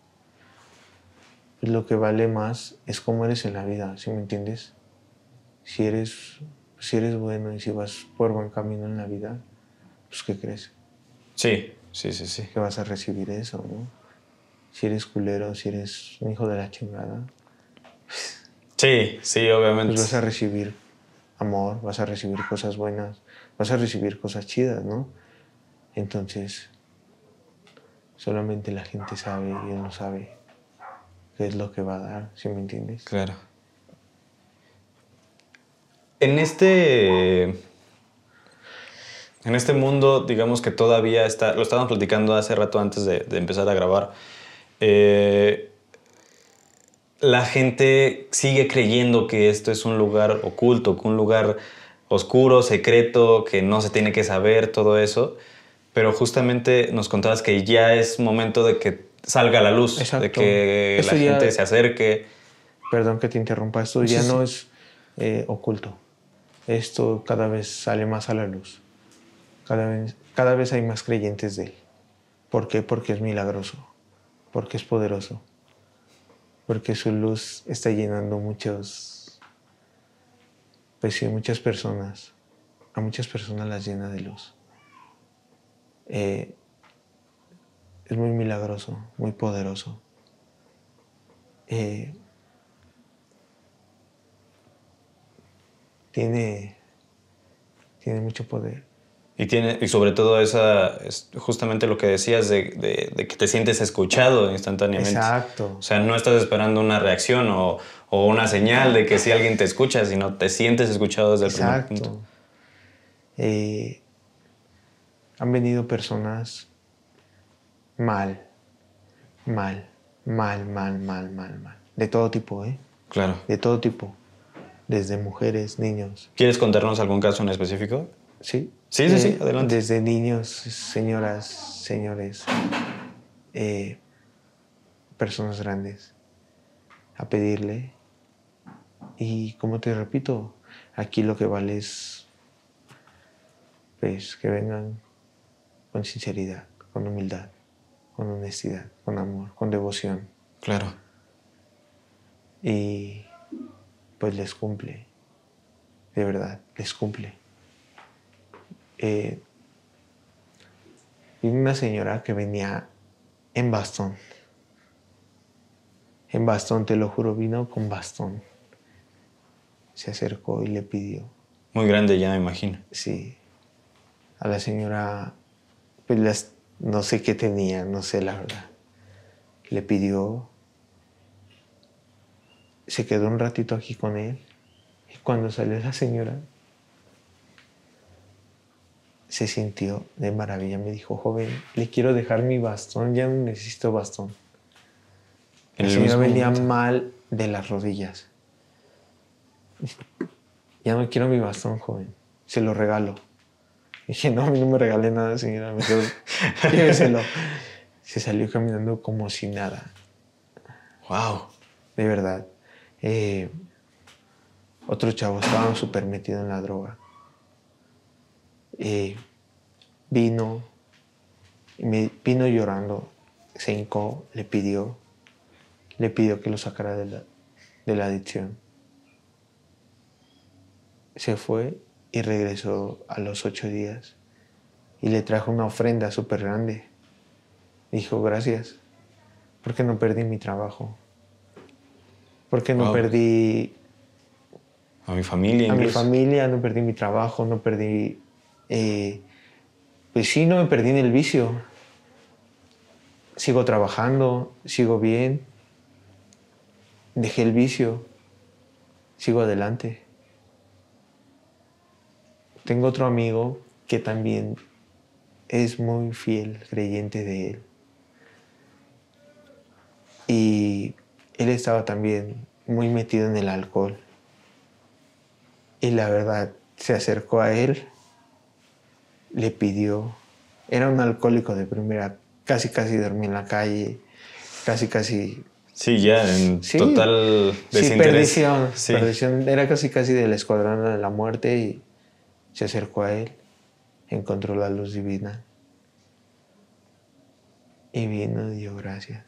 que vale más es cómo eres en la vida, ¿sí me entiendes? Si eres bueno y si vas por buen camino en la vida, pues ¿qué crees? Sí. Que vas a recibir eso, ¿no? Si eres culero, si eres un hijo de la chingada. Sí, obviamente. Pues vas a recibir amor, vas a recibir cosas buenas, vas a recibir cosas chidas, ¿no? Entonces, solamente la gente sabe y él no sabe qué es lo que va a dar, ¿sí me entiendes? Claro. En este mundo, digamos que todavía está, lo estábamos platicando hace rato antes de empezar a grabar, la gente sigue creyendo que esto es un lugar oculto, que un lugar oscuro, secreto, que no se tiene que saber, todo eso. Pero justamente nos contabas que ya es momento de que salga a la luz. Exacto. De que la gente se acerque. Perdón que te interrumpa, esto ya no es oculto. Esto cada vez sale más a la luz. Cada vez hay más creyentes de él. ¿Por qué? Porque es milagroso, porque es poderoso, porque su luz está llenando muchas personas. A muchas personas las llena de luz. Es muy milagroso, muy poderoso. Tiene mucho poder. Y sobre todo es justamente lo que decías de que te sientes escuchado instantáneamente. Exacto. O sea, no estás esperando una reacción o una señal de que si alguien te escucha, sino te sientes escuchado desde el primer punto. Han venido personas mal. De todo tipo, Claro. De todo tipo. Desde mujeres, niños. ¿Quieres contarnos algún caso en específico? Sí. Sí, adelante. Desde niños, señoras, señores, personas grandes, a pedirle. Y como te repito, aquí lo que vale es pues, que vengan con sinceridad, con humildad, con honestidad, con amor, con devoción. Claro. Y pues les cumple, de verdad, les cumple. Vi una señora que venía en bastón. En bastón, te lo juro, vino con bastón. Se acercó y le pidió. Muy grande ya, me imagino. Sí. A la señora, pues no sé qué tenía, no sé la verdad. Le pidió. Se quedó un ratito aquí con él. Y cuando salió la señora, se sintió de maravilla. Me dijo, joven, le quiero dejar mi bastón, ya no necesito bastón. La señora venía mal de las rodillas. Ya no quiero mi bastón, joven. Se lo regalo. Dije, no, a mí no me regale nada, señora. Mejor lléveselo. Se salió caminando como si nada. Wow. De verdad. Otro chavo estaba súper metido en la droga. Vino llorando. Se hincó, le pidió que lo sacara de la adicción. Se fue y regresó a los 8 días y le trajo una ofrenda súper grande. Dijo, gracias, porque no perdí mi trabajo, porque no perdí a mi familia, no perdí mi trabajo, no perdí, pues sí, no me perdí en el vicio. Sigo trabajando, sigo bien, dejé el vicio, sigo adelante. Tengo otro amigo que también es muy fiel creyente de él. Y él estaba también muy metido en el alcohol. Y la verdad, se acercó a él, le pidió. Era un alcohólico de primera, casi dormía en la calle, casi. Sí, ya en total desinterés. Sí, perdición. Era casi del escuadrón de la muerte y se acercó a él, encontró la luz divina y vino y dio gracias.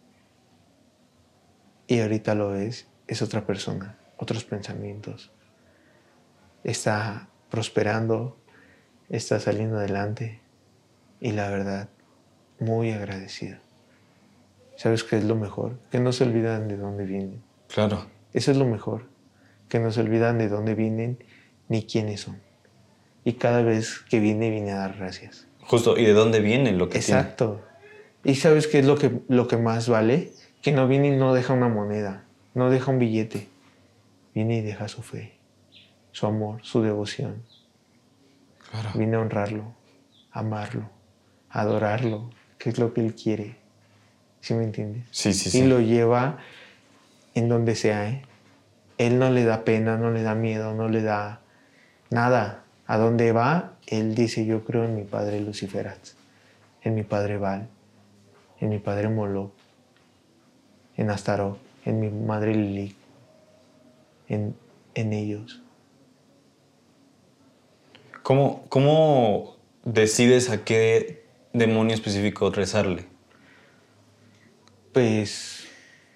Y ahorita lo ves, es otra persona, otros pensamientos. Está prosperando, está saliendo adelante y la verdad, muy agradecido. ¿Sabes qué es lo mejor? Que no se olvidan de dónde vienen. Claro. Eso es lo mejor, que no se olvidan de dónde vienen ni quiénes son. Y cada vez que viene a dar gracias. Justo, ¿y de dónde viene lo que tiene? Exacto. ¿Y sabes qué es lo que más vale? Que no viene y no deja una moneda, no deja un billete. Viene y deja su fe, su amor, su devoción. Claro. Viene a honrarlo, amarlo, adorarlo, que es lo que él quiere. ¿Sí me entiendes? Sí. Y lo lleva en donde sea, Él no le da pena, no le da miedo, no le da nada. A donde va, él dice, yo creo en mi padre Luciferat, en mi padre Baal, en mi padre Moloch, en Astaroth, en mi madre Lilith, en ellos. ¿Cómo decides a qué demonio específico rezarle? Pues...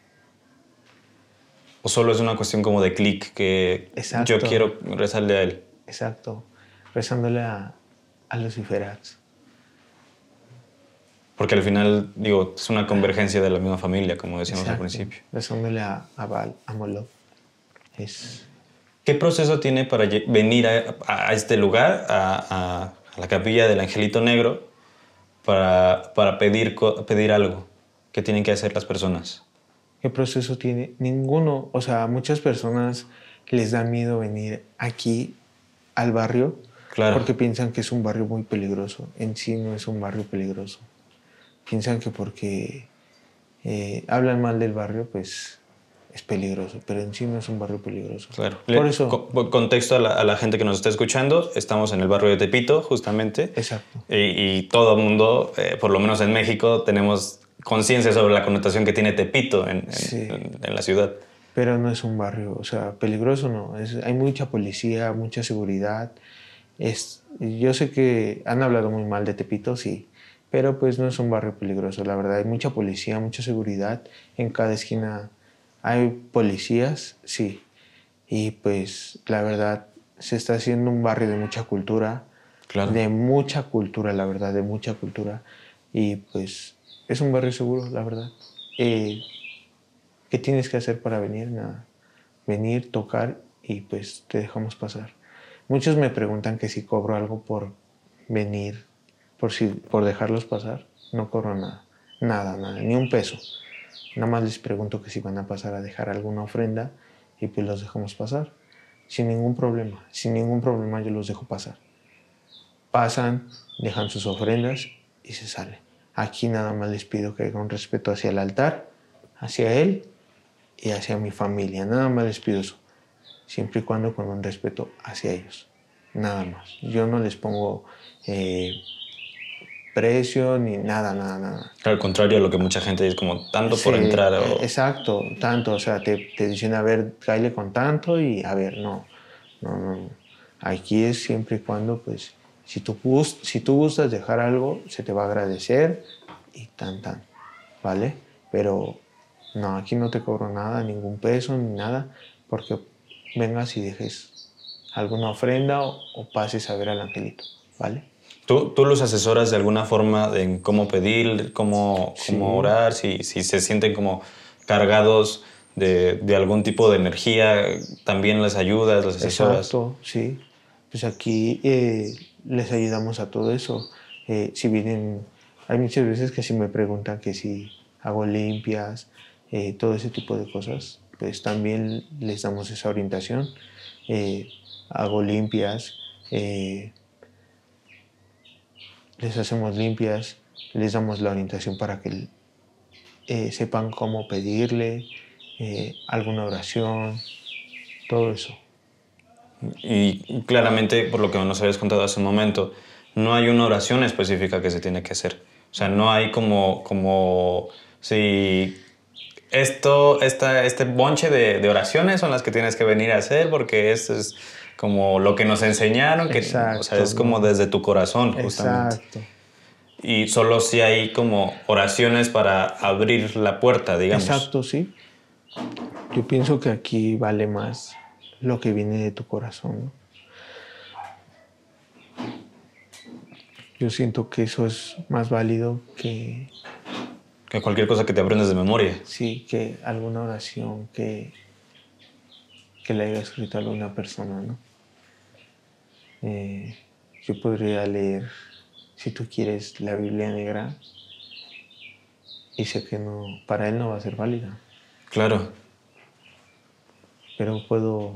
¿O solo es una cuestión como de clic que Exacto. Yo quiero rezarle a él? Exacto. Rezándole a Luciferat. Porque al final, digo, es una convergencia de la misma familia, como decíamos al principio. Rezándole a Baal, a Moloch. ¿Qué proceso tiene para venir a este lugar, a la capilla del Angelito Negro, para pedir algo? ¿Qué tienen que hacer las personas? ¿Qué proceso tiene? Ninguno. O sea, a muchas personas les da miedo venir aquí al barrio Claro. Porque piensan que es un barrio muy peligroso. En sí no es un barrio peligroso. Piensan que porque hablan mal del barrio, pues es peligroso, pero en sí no es un barrio peligroso. Claro. Por eso... Contexto a la gente que nos está escuchando, estamos en el barrio de Tepito, justamente. Exacto. Y todo el mundo, por lo menos en México, tenemos conciencia sobre la connotación que tiene Tepito Sí. en la ciudad. Pero no es un barrio, o sea, peligroso no. Hay mucha policía, mucha seguridad. Yo sé que han hablado muy mal de Tepito, sí, pero pues no es un barrio peligroso, la verdad. Hay mucha policía, mucha seguridad. En cada esquina hay policías, sí. Y pues la verdad se está haciendo un barrio de mucha cultura. Claro. De mucha cultura, la verdad, de mucha cultura. Y pues es un barrio seguro, la verdad. ¿Qué tienes que hacer para venir? Nada. Venir, tocar y pues te dejamos pasar. Muchos me preguntan que si cobro algo por venir, por dejarlos pasar. No cobro nada, nada, ni un peso. Nada más les pregunto que si van a pasar a dejar alguna ofrenda y pues los dejamos pasar. Sin ningún problema yo los dejo pasar. Pasan, dejan sus ofrendas y se salen. Aquí nada más les pido que haya un respeto hacia el altar, hacia él y hacia mi familia. Nada más les pido eso. Siempre y cuando con un respeto hacia ellos. Nada más. Yo no les pongo precio ni nada. Al contrario a lo que mucha gente dice, como tanto Sí, por entrar. Exacto, tanto. O sea, te dicen, a ver, cáele con tanto y a ver, no. Aquí es siempre y cuando, pues, si tú gustas dejar algo, se te va a agradecer y tan, ¿vale? Pero no, aquí no te cobro nada, ningún peso ni nada, porque vengas y dejes alguna ofrenda o pases a ver al angelito, ¿vale? ¿Tú los asesoras de alguna forma en cómo pedir, cómo orar, si se sienten como cargados de algún tipo de energía, también les ayudas, les asesoras? Exacto, sí. Pues aquí les ayudamos a todo eso. Si vienen, hay muchas veces que si me preguntan que si hago limpias, todo ese tipo de cosas, pues también les damos esa orientación. Hago limpias, les hacemos limpias, les damos la orientación para que sepan cómo pedirle, alguna oración, todo eso. Y claramente, por lo que nos habías contado hace un momento, no hay una oración específica que se tiene que hacer. O sea, no hay como si este bonche de oraciones son las que tienes que venir a hacer porque eso es como lo que nos enseñaron. Exacto, o sea, es como desde tu corazón, justamente. Exacto. Y solo si hay como oraciones para abrir la puerta, digamos. Exacto, sí. Yo pienso que aquí vale más lo que viene de tu corazón, ¿no? Yo siento que eso es más válido que cualquier cosa que te aprendas de memoria. Sí, que alguna oración que le haya escrito a alguna persona, ¿no? Yo podría leer, si tú quieres, la Biblia negra y sé que no, para él no va a ser válida. Claro. Pero puedo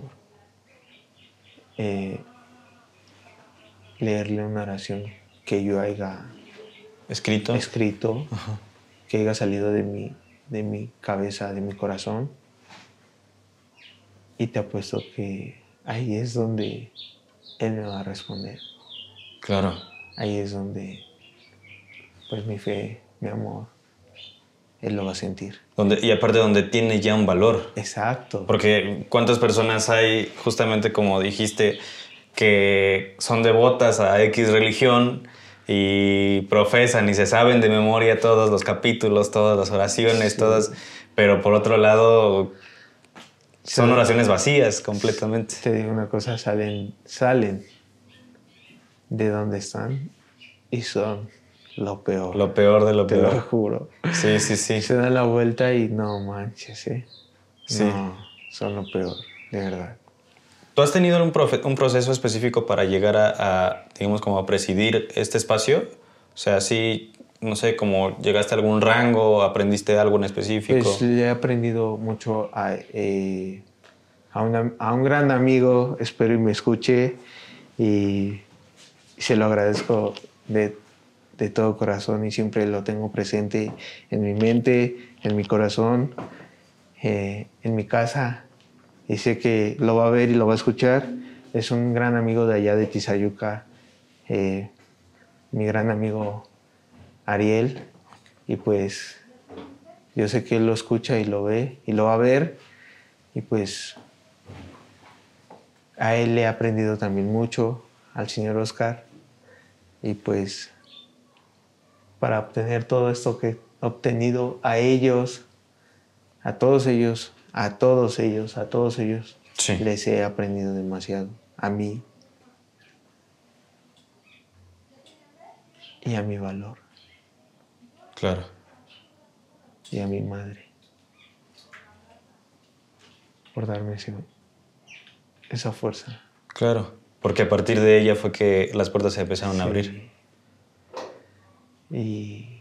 leerle una oración que yo haya escrito, Ajá. Que haya salido de mi cabeza, de mi corazón, y te apuesto que ahí es donde él me va a responder. Claro. Ahí es donde, pues, mi fe, mi amor, él lo va a sentir. Y aparte donde tiene ya un valor. Exacto. Porque ¿cuántas personas hay, justamente como dijiste, que son devotas a X religión y profesan y se saben de memoria todos los capítulos, todas las oraciones, sí, todas, pero por otro lado son oraciones vacías completamente? Te digo una cosa, salen de donde están y son lo peor. Lo peor de lo peor. Te lo juro. Sí. Se dan la vuelta y no manches, ¿eh? Sí. No, son lo peor, de verdad. ¿Tú has tenido un proceso específico para llegar a, digamos, como a presidir este espacio? O sea, sí, no sé, como llegaste a algún rango, aprendiste algo en específico. Pues le he aprendido mucho a un gran amigo, espero y me escuche, y se lo agradezco de todo corazón y siempre lo tengo presente en mi mente, en mi corazón, en mi casa. Y sé que lo va a ver y lo va a escuchar. Es un gran amigo de allá de Tizayuca, mi gran amigo Ariel. Y pues yo sé que él lo escucha y lo ve y lo va a ver. Y pues a él le he aprendido también mucho, al señor Oscar. Y pues para obtener todo esto que he obtenido a ellos, a todos ellos, Sí. les he aprendido demasiado. A mí y a mi valor Claro. y a mi madre por darme esa fuerza. Claro. Porque a partir de ella fue que las puertas se empezaron a abrir. Y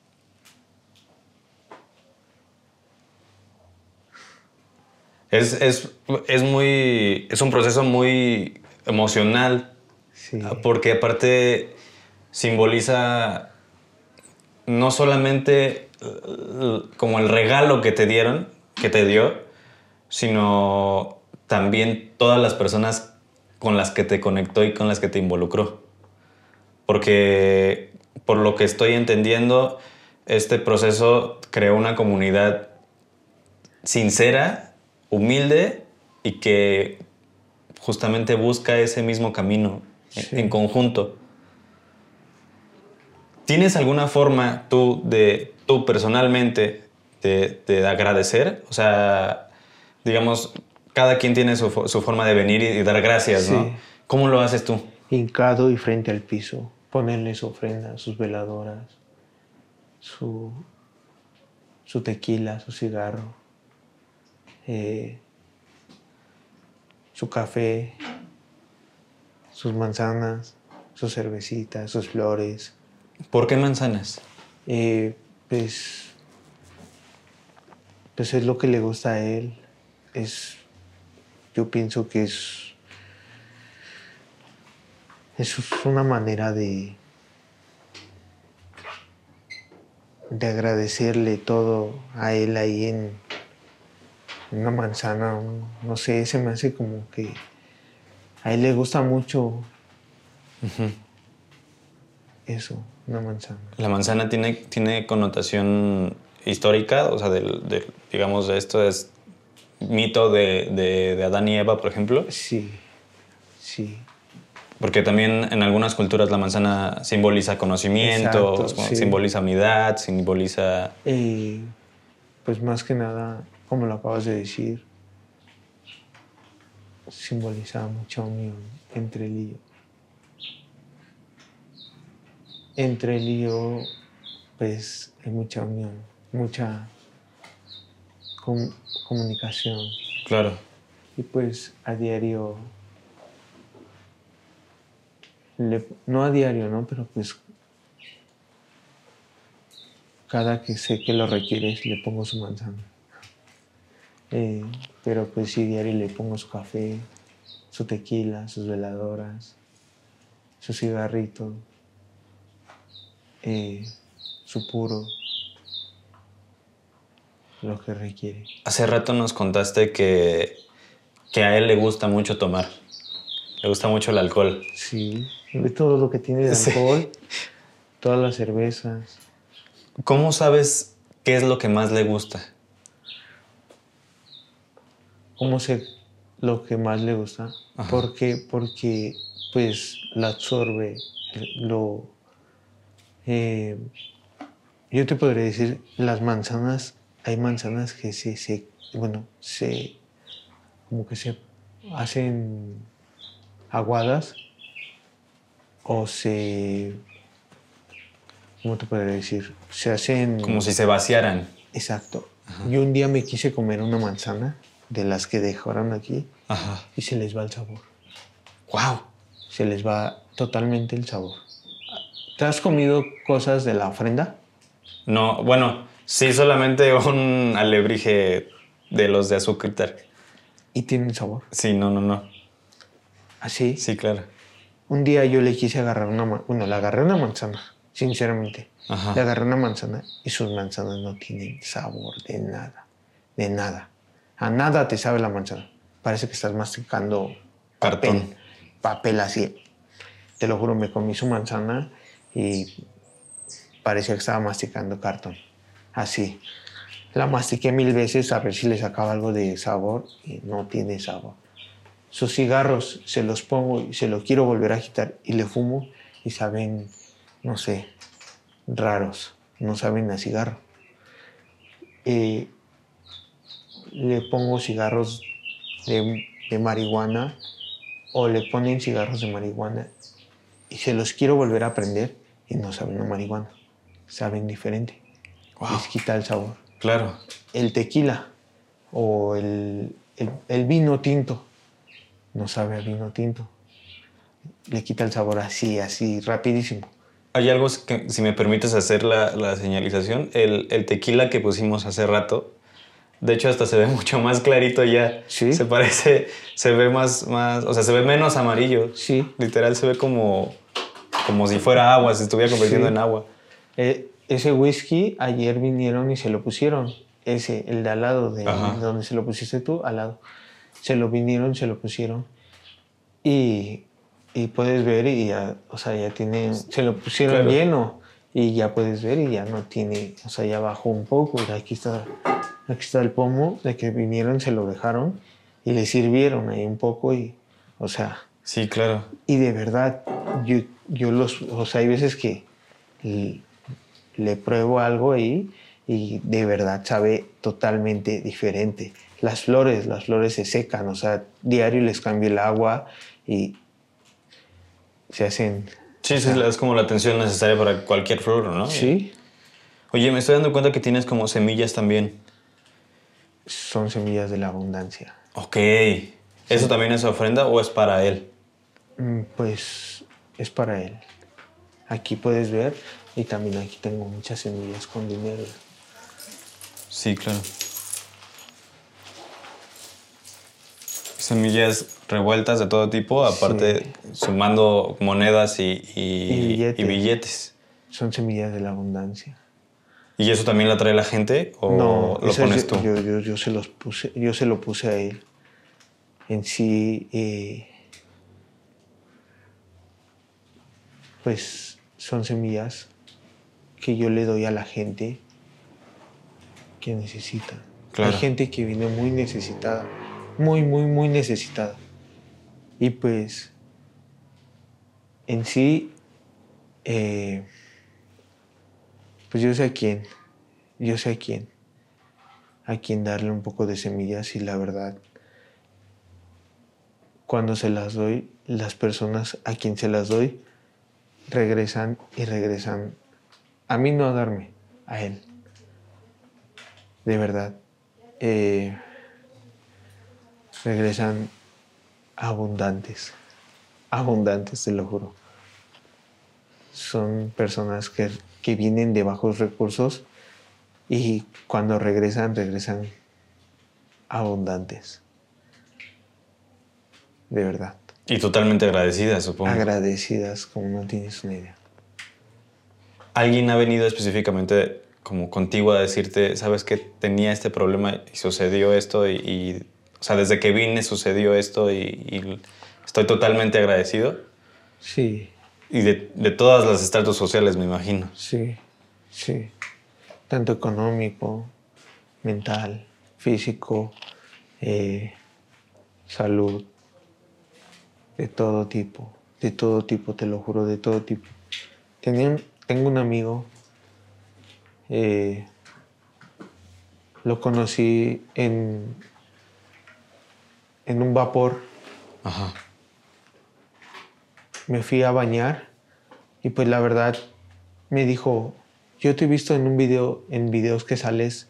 Es un proceso muy emocional, sí, porque aparte simboliza no solamente como el regalo que te dieron, que te dio, sino también todas las personas con las que te conectó y con las que te involucró. Porque por lo que estoy entendiendo, este proceso creó una comunidad sincera, humilde y que justamente busca ese mismo camino sí. en conjunto. ¿Tienes alguna forma tú personalmente de agradecer? O sea, digamos, cada quien tiene su forma de venir y dar gracias, Sí. ¿no? ¿Cómo lo haces tú? Hincado y frente al piso, ponerle su ofrenda, sus veladoras, su tequila, su cigarro, su café, sus manzanas, sus cervecitas, sus flores. ¿Por qué manzanas? Pues es lo que le gusta a él. Yo pienso que es una manera de agradecerle todo a él ahí en una manzana. No sé, se me hace como que a él le gusta mucho eso, una manzana. La manzana tiene connotación histórica, o sea, digamos, esto es mito de Adán y Eva, por ejemplo. Sí, sí. Porque también en algunas culturas la manzana simboliza conocimiento, Exacto, sí. simboliza amidad, simboliza... Pues más que nada, como lo acabas de decir, simboliza mucha unión entre él y yo. Entre él y yo, pues hay mucha unión, mucha comunicación. Claro. Y pues a diario, no a diario, ¿no? Pero pues cada que sé que lo requieres le pongo su manzana. Pero pues sí, diario le pongo su café, su tequila, sus veladoras, su cigarrito, su puro, lo que requiere. Hace rato nos contaste que a él le gusta mucho tomar. Le gusta mucho el alcohol. Sí, de todo lo que tiene de alcohol, todas las cervezas. ¿Cómo sabes qué es lo que más le gusta? ¿Cómo sé lo que más le gusta? Ajá. Porque pues la absorbe, yo te podría decir, las manzanas, hay manzanas que como que se hacen aguadas o ¿cómo te podría decir? Se hacen... Como si se vaciaran. Exacto. Ajá. Yo un día me quise comer una manzana de las que dejaron aquí. Ajá. Y se les va el sabor. ¡Wow! Se les va totalmente el sabor. ¿Te has comido cosas de la ofrenda? No, bueno, sí, solamente un alebrije de los de azúcar. ¿Y tienen sabor? Sí, no. ¿Ah, sí? Sí, claro. un día yo le quise agarrar bueno, le agarré una manzana, sinceramente. Ajá. Le agarré una manzana y sus manzanas no tienen sabor de nada, de nada. A nada te sabe la manzana. Parece que estás masticando papel, Cartón. papel así. Te lo juro, me comí su manzana y parecía que estaba masticando cartón. Así. La mastiqué 1000 veces a ver si le sacaba algo de sabor y no tiene sabor. Sus cigarros se los pongo y se los quiero volver a quitar y le fumo y saben, no sé, raros. No saben a cigarro. Le pongo cigarros de marihuana o le ponen cigarros de marihuana y se los quiero volver a prender y no saben a marihuana. Saben diferente. Wow. Les quita el sabor. Claro. El tequila o el vino tinto no sabe a vino tinto. Le quita el sabor así, rapidísimo. Hay algo que, si me permites hacer la señalización, el tequila que pusimos hace rato, de hecho hasta se ve mucho más clarito ya. Sí. Se parece, se ve más, o sea, se ve menos amarillo. Sí. Literal se ve como si fuera agua, se estuviera convirtiendo Sí. en agua. Ese whisky ayer vinieron y se lo pusieron. El de al lado, de Ajá. donde se lo pusiste tú, al lado. Se lo vinieron, se lo pusieron. Y puedes ver y ya, o sea, ya tiene, se lo pusieron Claro. lleno y ya puedes ver y ya no tiene, o sea, ya bajó un poco. Y aquí está el pomo de que vinieron, se lo dejaron y le sirvieron ahí un poco y, o sea. Sí, claro. Y de verdad, o sea, hay veces que le pruebo algo ahí y de verdad sabe totalmente diferente. Las flores se secan, o sea, diario les cambio el agua y se hacen... Sí, o sea, es como la atención necesaria para cualquier flor, ¿no? Sí, Oye, me estoy dando cuenta que tienes como semillas también. son semillas de la abundancia. Ok. ¿Eso también es ofrenda o es para él? Pues es para él. Aquí puedes ver y también aquí tengo muchas semillas con dinero. Sí, claro. Semillas revueltas de todo tipo, aparte sumando monedas y billetes. Son semillas de la abundancia. ¿Y eso también la trae la gente o No, lo pones tú? yo se lo puse a él. En sí, pues son semillas que yo le doy a la gente que necesita. Claro. Hay gente que viene muy necesitada, muy, muy, muy necesitada. Y pues, en sí, pues yo sé a quién darle un poco de semillas y la verdad, cuando se las doy, las personas a quien se las doy regresan y regresan. A mí no a darme, a él. De verdad. Regresan abundantes. Abundantes, te lo juro. Son personas que vienen de bajos recursos y cuando regresan abundantes. De verdad. Y totalmente agradecida, supongo. Agradecidas como no tienes una idea. ¿Alguien ha venido específicamente como contigo a decirte, sabes que tenía este problema y sucedió esto o sea, desde que vine sucedió esto y estoy totalmente agradecido? Sí, Y de todas las estratos sociales, me imagino. sí. Tanto económico, mental, físico, salud, de todo tipo, te lo juro, de todo tipo. Tengo un amigo, lo conocí en un vapor, Ajá. me fui a bañar y pues la verdad me dijo, yo te he visto en videos que sales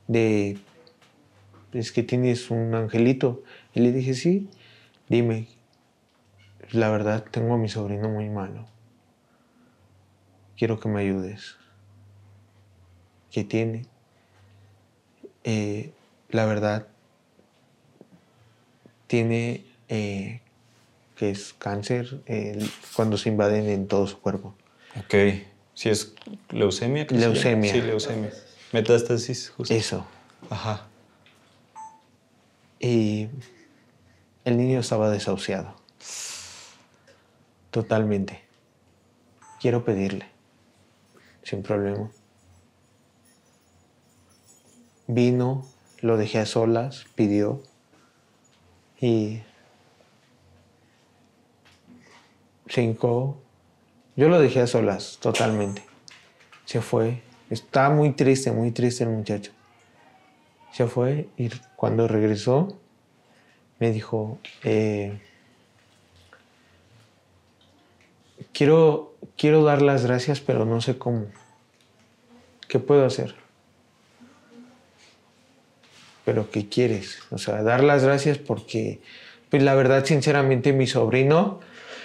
es que tienes un angelito. Y le dije, sí, dime, la verdad tengo a mi sobrino muy malo. Quiero que me ayudes. ¿Qué tiene? La verdad, tiene que es cáncer, cuando se invaden en todo su cuerpo. Ok. ¿Sí es leucemia? ¿Qué se llama? Leucemia. Sí, leucemia. Metástasis, justo. Eso. Ajá. Y el niño estaba desahuciado. Totalmente. Quiero pedirle, sin problema. Vino, lo dejé a solas, pidió y se hincó. Yo lo dejé a solas, totalmente. Se fue. Estaba muy triste el muchacho. Se fue y cuando regresó me dijo, quiero dar las gracias, pero no sé cómo. ¿Qué puedo hacer? ¿Pero qué quieres? O sea, dar las gracias porque, pues la verdad, sinceramente, mi sobrino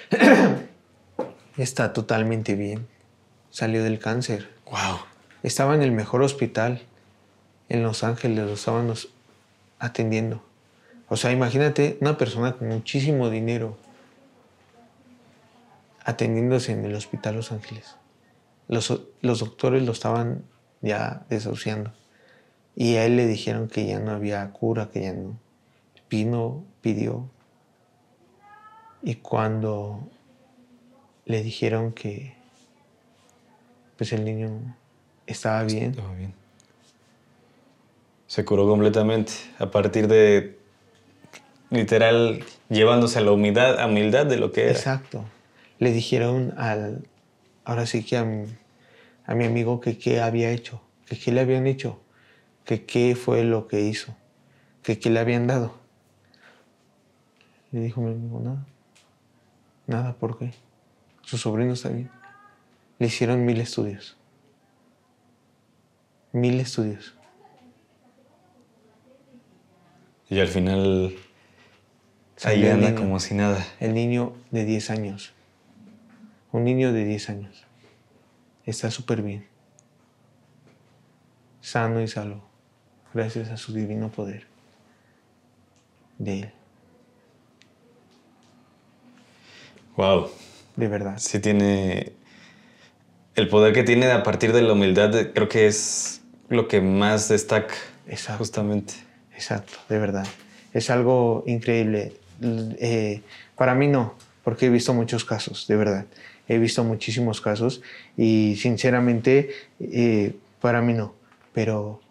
está totalmente bien. Salió del cáncer. Wow. Estaba en el mejor hospital en Los Ángeles, lo estaban atendiendo. O sea, imagínate una persona con muchísimo dinero atendiéndose en el hospital Los Ángeles. Los doctores lo estaban ya desahuciando. Y a él le dijeron que ya no había cura, que ya no. Vino, pidió. Y cuando le dijeron que pues el niño estaba bien, Estaba bien. Se curó completamente. A partir de, literal, llevándose a la humildad de lo que era. exacto, le dijeron ahora sí que a mi amigo que qué había hecho, que qué le habían hecho, que qué fue lo que hizo, que qué le habían dado. Le dijo mi amigo, nada, nada, ¿por qué? Su sobrino está bien. Le hicieron 1000 estudios. 1000 estudios. Y al final, ahí Salió el anda niño. como si nada. El niño de 10 años. Un niño de 10 años. Está súper bien. Sano y salvo. Gracias a su divino poder. De él. Wow. De verdad. Sí tiene... El poder que tiene a partir de la humildad creo que es lo que más destaca. Exacto. Justamente. Exacto, de verdad. Es algo increíble. Para mí no, porque he visto muchos casos, de verdad. He visto muchísimos casos y sinceramente para mí no. Pero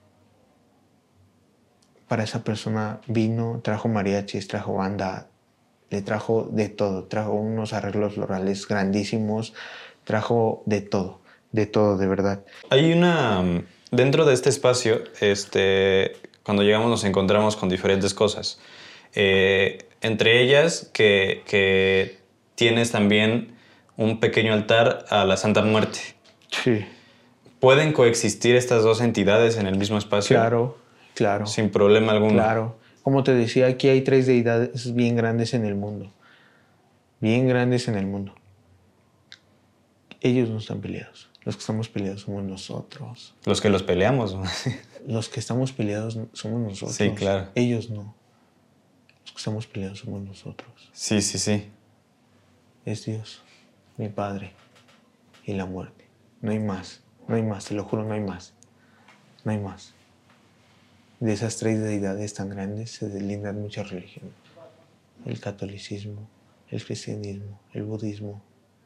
para esa persona vino, trajo mariachis, trajo banda, le trajo de todo. Trajo unos arreglos florales grandísimos, trajo de todo, de verdad. Hay una... Dentro de este espacio, cuando llegamos nos encontramos con diferentes cosas. Entre ellas que tienes también un pequeño altar a la Santa Muerte. Sí. ¿Pueden coexistir estas dos entidades en el mismo espacio? Claro, claro. Sin problema alguno. Claro. Como te decía, aquí hay 3 deidades bien grandes en el mundo. Bien grandes en el mundo. Ellos no están peleados. Los que estamos peleados somos nosotros. Los que los peleamos. Los que estamos peleados somos nosotros. Sí, claro. Ellos no. Los que estamos peleados somos nosotros. Sí, sí, sí. Es Dios, mi Padre y la muerte. No hay más. No hay más, te lo juro, no hay más. No hay más. De esas 3 deidades tan grandes se deslindan muchas religiones. El catolicismo, el cristianismo, el budismo,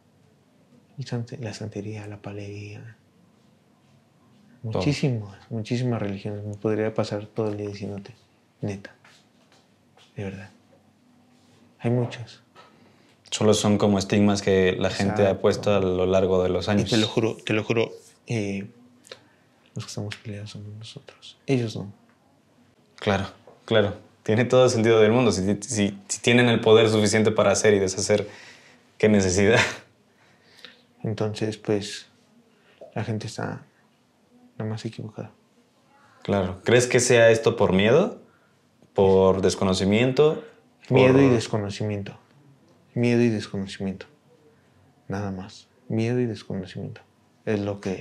la santería, la palería. Muchísimas religiones. Me podría pasar todo el día diciéndote, neta, de verdad. Hay muchas. Solo son como estigmas que la gente ha Exacto. puesto a lo largo de los años. Y te lo juro, los que estamos peleados somos nosotros. Ellos no. Claro, claro. Tiene todo el sentido del mundo. Si tienen el poder suficiente para hacer y deshacer, ¿qué necesidad? Entonces, pues, la gente está nada más equivocada. Claro. ¿Crees que sea esto por miedo? ¿Por desconocimiento? Miedo y desconocimiento. Miedo y desconocimiento. Nada más. Miedo y desconocimiento. Es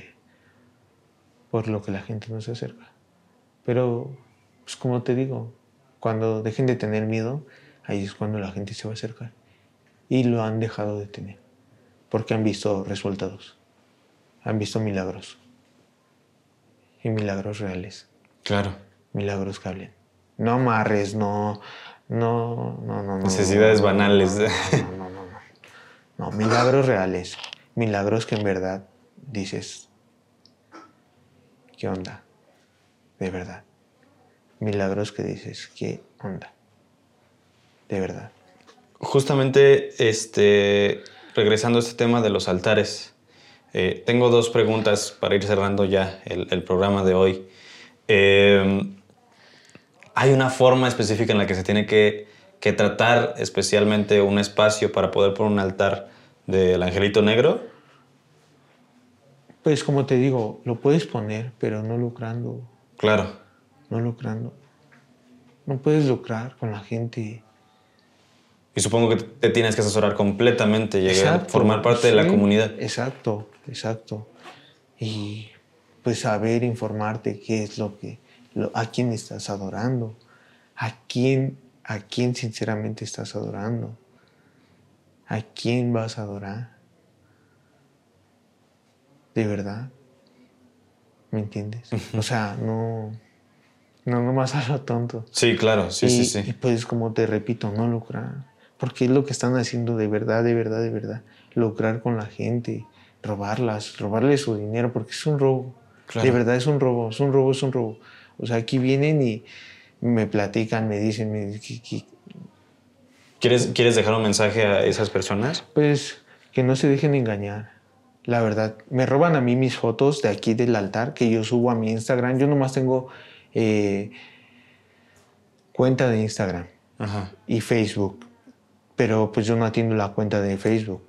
por lo que la gente no se acerca. Pero, pues como te digo, cuando dejen de tener miedo, ahí es cuando la gente se va a acercar. y lo han dejado de tener porque han visto resultados, han visto milagros y milagros reales, Claro. milagros que hablen. No amarres, no. Necesidades banales. No, milagros reales, milagros que en verdad dices, ¿qué onda? De verdad. Milagros que dices, ¿qué onda? De verdad. Justamente, regresando a este tema de los altares, tengo 2 preguntas para ir cerrando ya el programa de hoy. ¿Hay una forma específica en la que se tiene que tratar especialmente un espacio para poder poner un altar del Angelito Negro? Pues como te digo, lo puedes poner, pero no lucrando, Claro. no lucrando. No puedes lucrar con la gente. Y supongo que te tienes que asesorar completamente, llegar a formar parte de la sí, comunidad. Exacto. Y pues saber informarte qué es a quién estás adorando, a quién sinceramente estás adorando, a quién vas a adorar. De verdad. ¿Me entiendes? O sea, no nomás a lo tonto. Sí, claro, sí. Y pues como te repito, no lucrar. Porque es lo que están haciendo de verdad. Lucrar con la gente, robarles su dinero, porque es un robo. Claro. De verdad es un robo. O sea, aquí vienen y me platican, me dicen, ¿Quieres dejar un mensaje a esas personas? pues que no se dejen engañar. La verdad, me roban a mí mis fotos de aquí del altar que yo subo a mi Instagram. Yo nomás tengo cuenta de Instagram. Ajá. Y Facebook, pero pues yo no atiendo la cuenta de Facebook.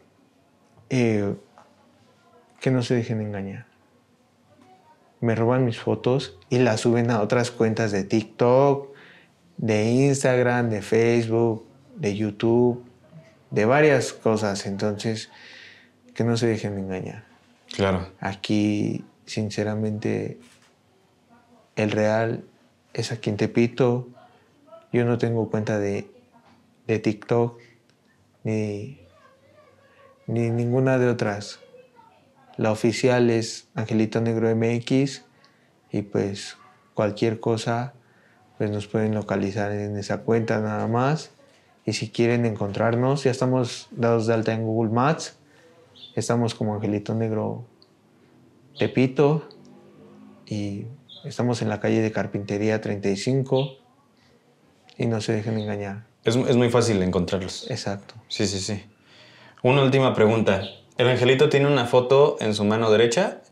Que no se dejen engañar. Me roban mis fotos y las suben a otras cuentas de TikTok, de Instagram, de Facebook, de YouTube, de varias cosas. Entonces, que no se dejen engañar. Claro. Aquí, sinceramente, el real es aquí en Tepito. Yo no tengo cuenta de TikTok ni ninguna de otras. La oficial es Angelito Negro MX y pues cualquier cosa pues nos pueden localizar en esa cuenta nada más. Y si quieren encontrarnos, ya estamos dados de alta en Google Maps. Estamos como Angelito Negro Tepito y estamos en la calle de Carpintería 35 y no se dejen engañar. Es muy fácil encontrarlos. Exacto. Sí. Una última pregunta. El angelito tiene una foto en su mano derecha.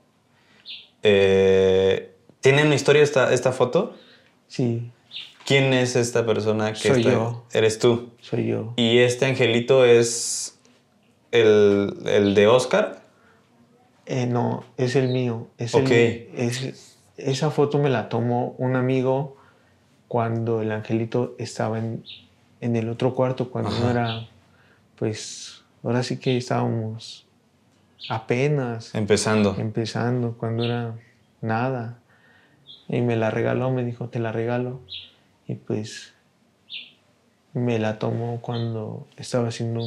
¿Tiene una historia esta foto? Sí. ¿Quién es esta persona que Soy yo. Eres tú. Soy yo. ¿Y este angelito es el de Oscar? No, es el mío. Ok. Esa foto me la tomó un amigo cuando el angelito estaba en el otro cuarto, cuando no era, pues, ahora sí que estábamos apenas Empezando, cuando era nada. Y me la regaló, me dijo, te la regalo. Y pues me la tomó cuando estaba haciendo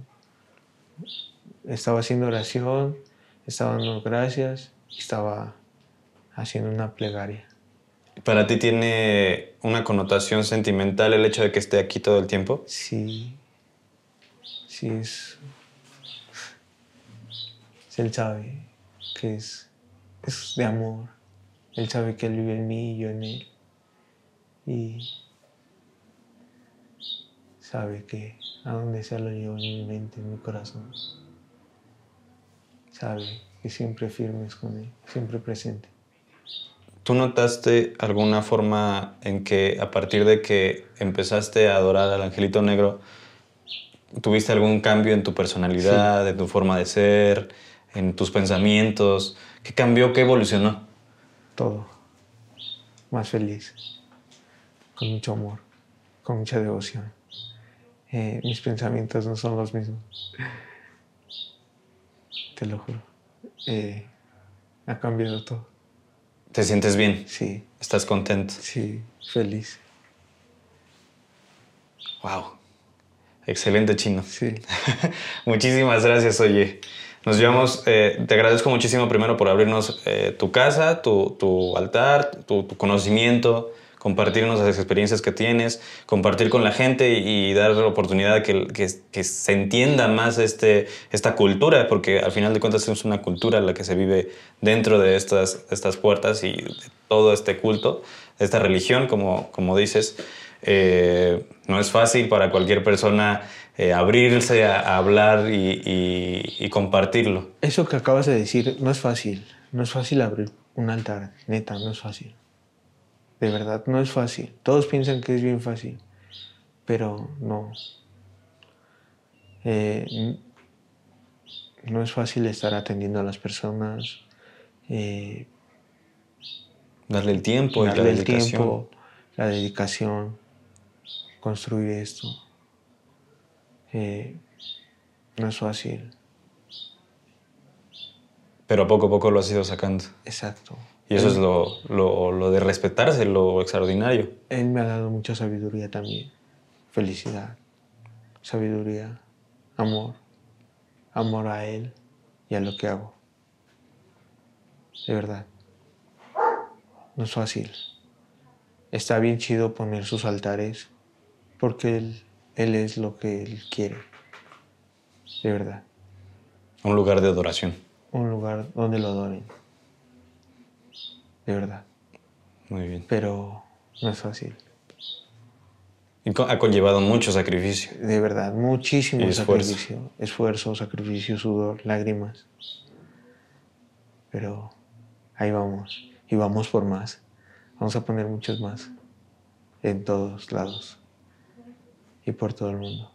oración, estaba dando gracias, estaba haciendo una plegaria. ¿para ti tiene una connotación sentimental el hecho de que esté aquí todo el tiempo? Sí, él sabe que es de amor. Él sabe que él vive en mí y yo en él. Y sabe que a donde sea lo llevo en mi mente, en mi corazón. Sabe que siempre firmes con él, siempre presente. ¿Tú notaste alguna forma en que a partir de que empezaste a adorar al Angelito Negro, tuviste algún cambio en tu personalidad, en tu forma de ser, en tus pensamientos? ¿Qué cambió? ¿Qué evolucionó? Todo. Más feliz. Con mucho amor. Con mucha devoción. Mis pensamientos no son los mismos. Te lo juro. Ha cambiado todo. ¿Te sientes bien? Sí. ¿Estás contento? Sí, feliz. Wow. Excelente, Chino. Sí. Muchísimas gracias, oye. Nos llevamos, te agradezco muchísimo primero por abrirnos tu casa, tu altar, tu conocimiento, compartirnos las experiencias que tienes, compartir con la gente y dar la oportunidad de que se entienda más esta cultura, porque al final de cuentas es una cultura la que se vive dentro de estas puertas y de todo este culto, de esta religión, como dices. No es fácil para cualquier persona abrirse a hablar y compartirlo. Eso que acabas de decir no es fácil. No es fácil abrir un altar, neta, no es fácil. De verdad, no es fácil. Todos piensan que es bien fácil, pero no. No es fácil estar atendiendo a las personas. Darle el tiempo y la darle el dedicación. tiempo, la dedicación, construir esto. No es fácil. Pero poco a poco lo has ido sacando. Exacto. Y eso es lo de respetarse, lo extraordinario. Él me ha dado mucha sabiduría también. Felicidad, sabiduría, amor. Amor a él y a lo que hago. De verdad. No es fácil. Está bien chido poner sus altares porque él es lo que él quiere. De verdad. Un lugar de adoración. Un lugar donde lo adoren. De verdad. Muy bien. Pero no es fácil. Y ha conllevado mucho sacrificio. De verdad, muchísimo Y esfuerzo. sacrificio. Esfuerzo, sacrificio, sudor, lágrimas. Pero ahí vamos. Y vamos por más. Vamos a poner muchos más. En todos lados. Y por todo el mundo.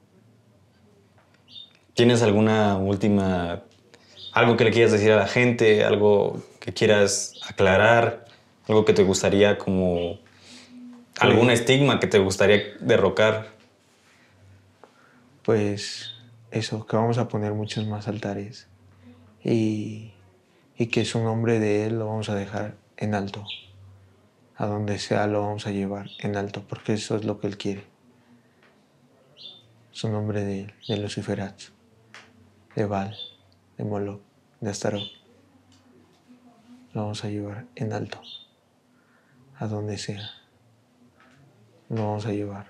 ¿Tienes alguna última... algo que le quieras decir a la gente? ¿Algo que quieras aclarar? ¿Algo que te gustaría como... algún estigma que te gustaría derrocar? Pues eso, que vamos a poner muchos más altares. Y que su nombre de él lo vamos a dejar en alto. A donde sea lo vamos a llevar en alto. Porque eso es lo que él quiere. Su nombre de él, de Luciferat, de Baal, de Moloch, de Astaroth. Lo vamos a llevar en alto. A donde sea. Lo vamos a llevar.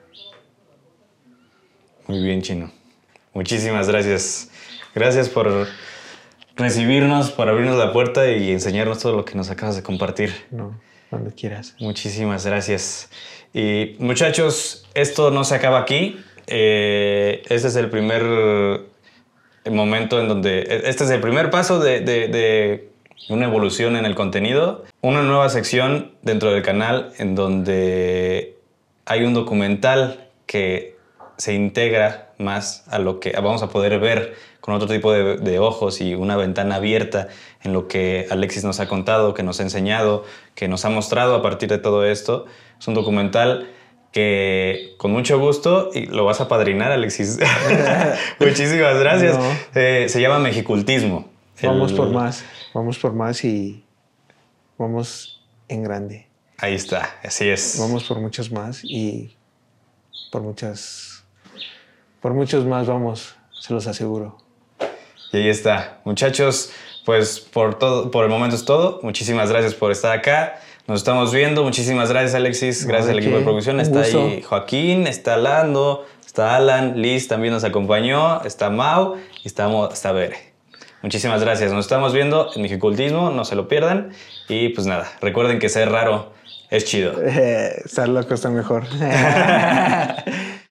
Muy bien, Chino. Muchísimas gracias. Gracias por recibirnos, por abrirnos la puerta y enseñarnos todo lo que nos acabas de compartir. No, cuando quieras. Muchísimas gracias. Y muchachos, esto no se acaba aquí. Este es el primer momento en donde... este es el primer paso de una evolución en el contenido. Una nueva sección dentro del canal en donde hay un documental que se integra más a lo que vamos a poder ver con otro tipo de ojos y una ventana abierta en lo que Alexis nos ha contado, que nos ha enseñado, que nos ha mostrado a partir de todo esto. Es un documental que con mucho gusto, y lo vas a padrinar, Alexis. Muchísimas gracias. No. Se llama Mexicultismo. Vamos por más y vamos en grande. Ahí está, así es. Vamos por muchos más y por muchos más vamos, se los aseguro. Y ahí está. Muchachos, pues por el momento es todo. Muchísimas gracias por estar acá. Nos estamos viendo. Muchísimas gracias, Alexis. Gracias al equipo de producción. Está ahí Joaquín, está Lando, está Alan, Liz también nos acompañó, está Mau y está Bere. Muchísimas gracias. Nos estamos viendo en Mexicultismo. No se lo pierdan. Y pues nada, recuerden que ser raro es chido. Estar loco está mejor.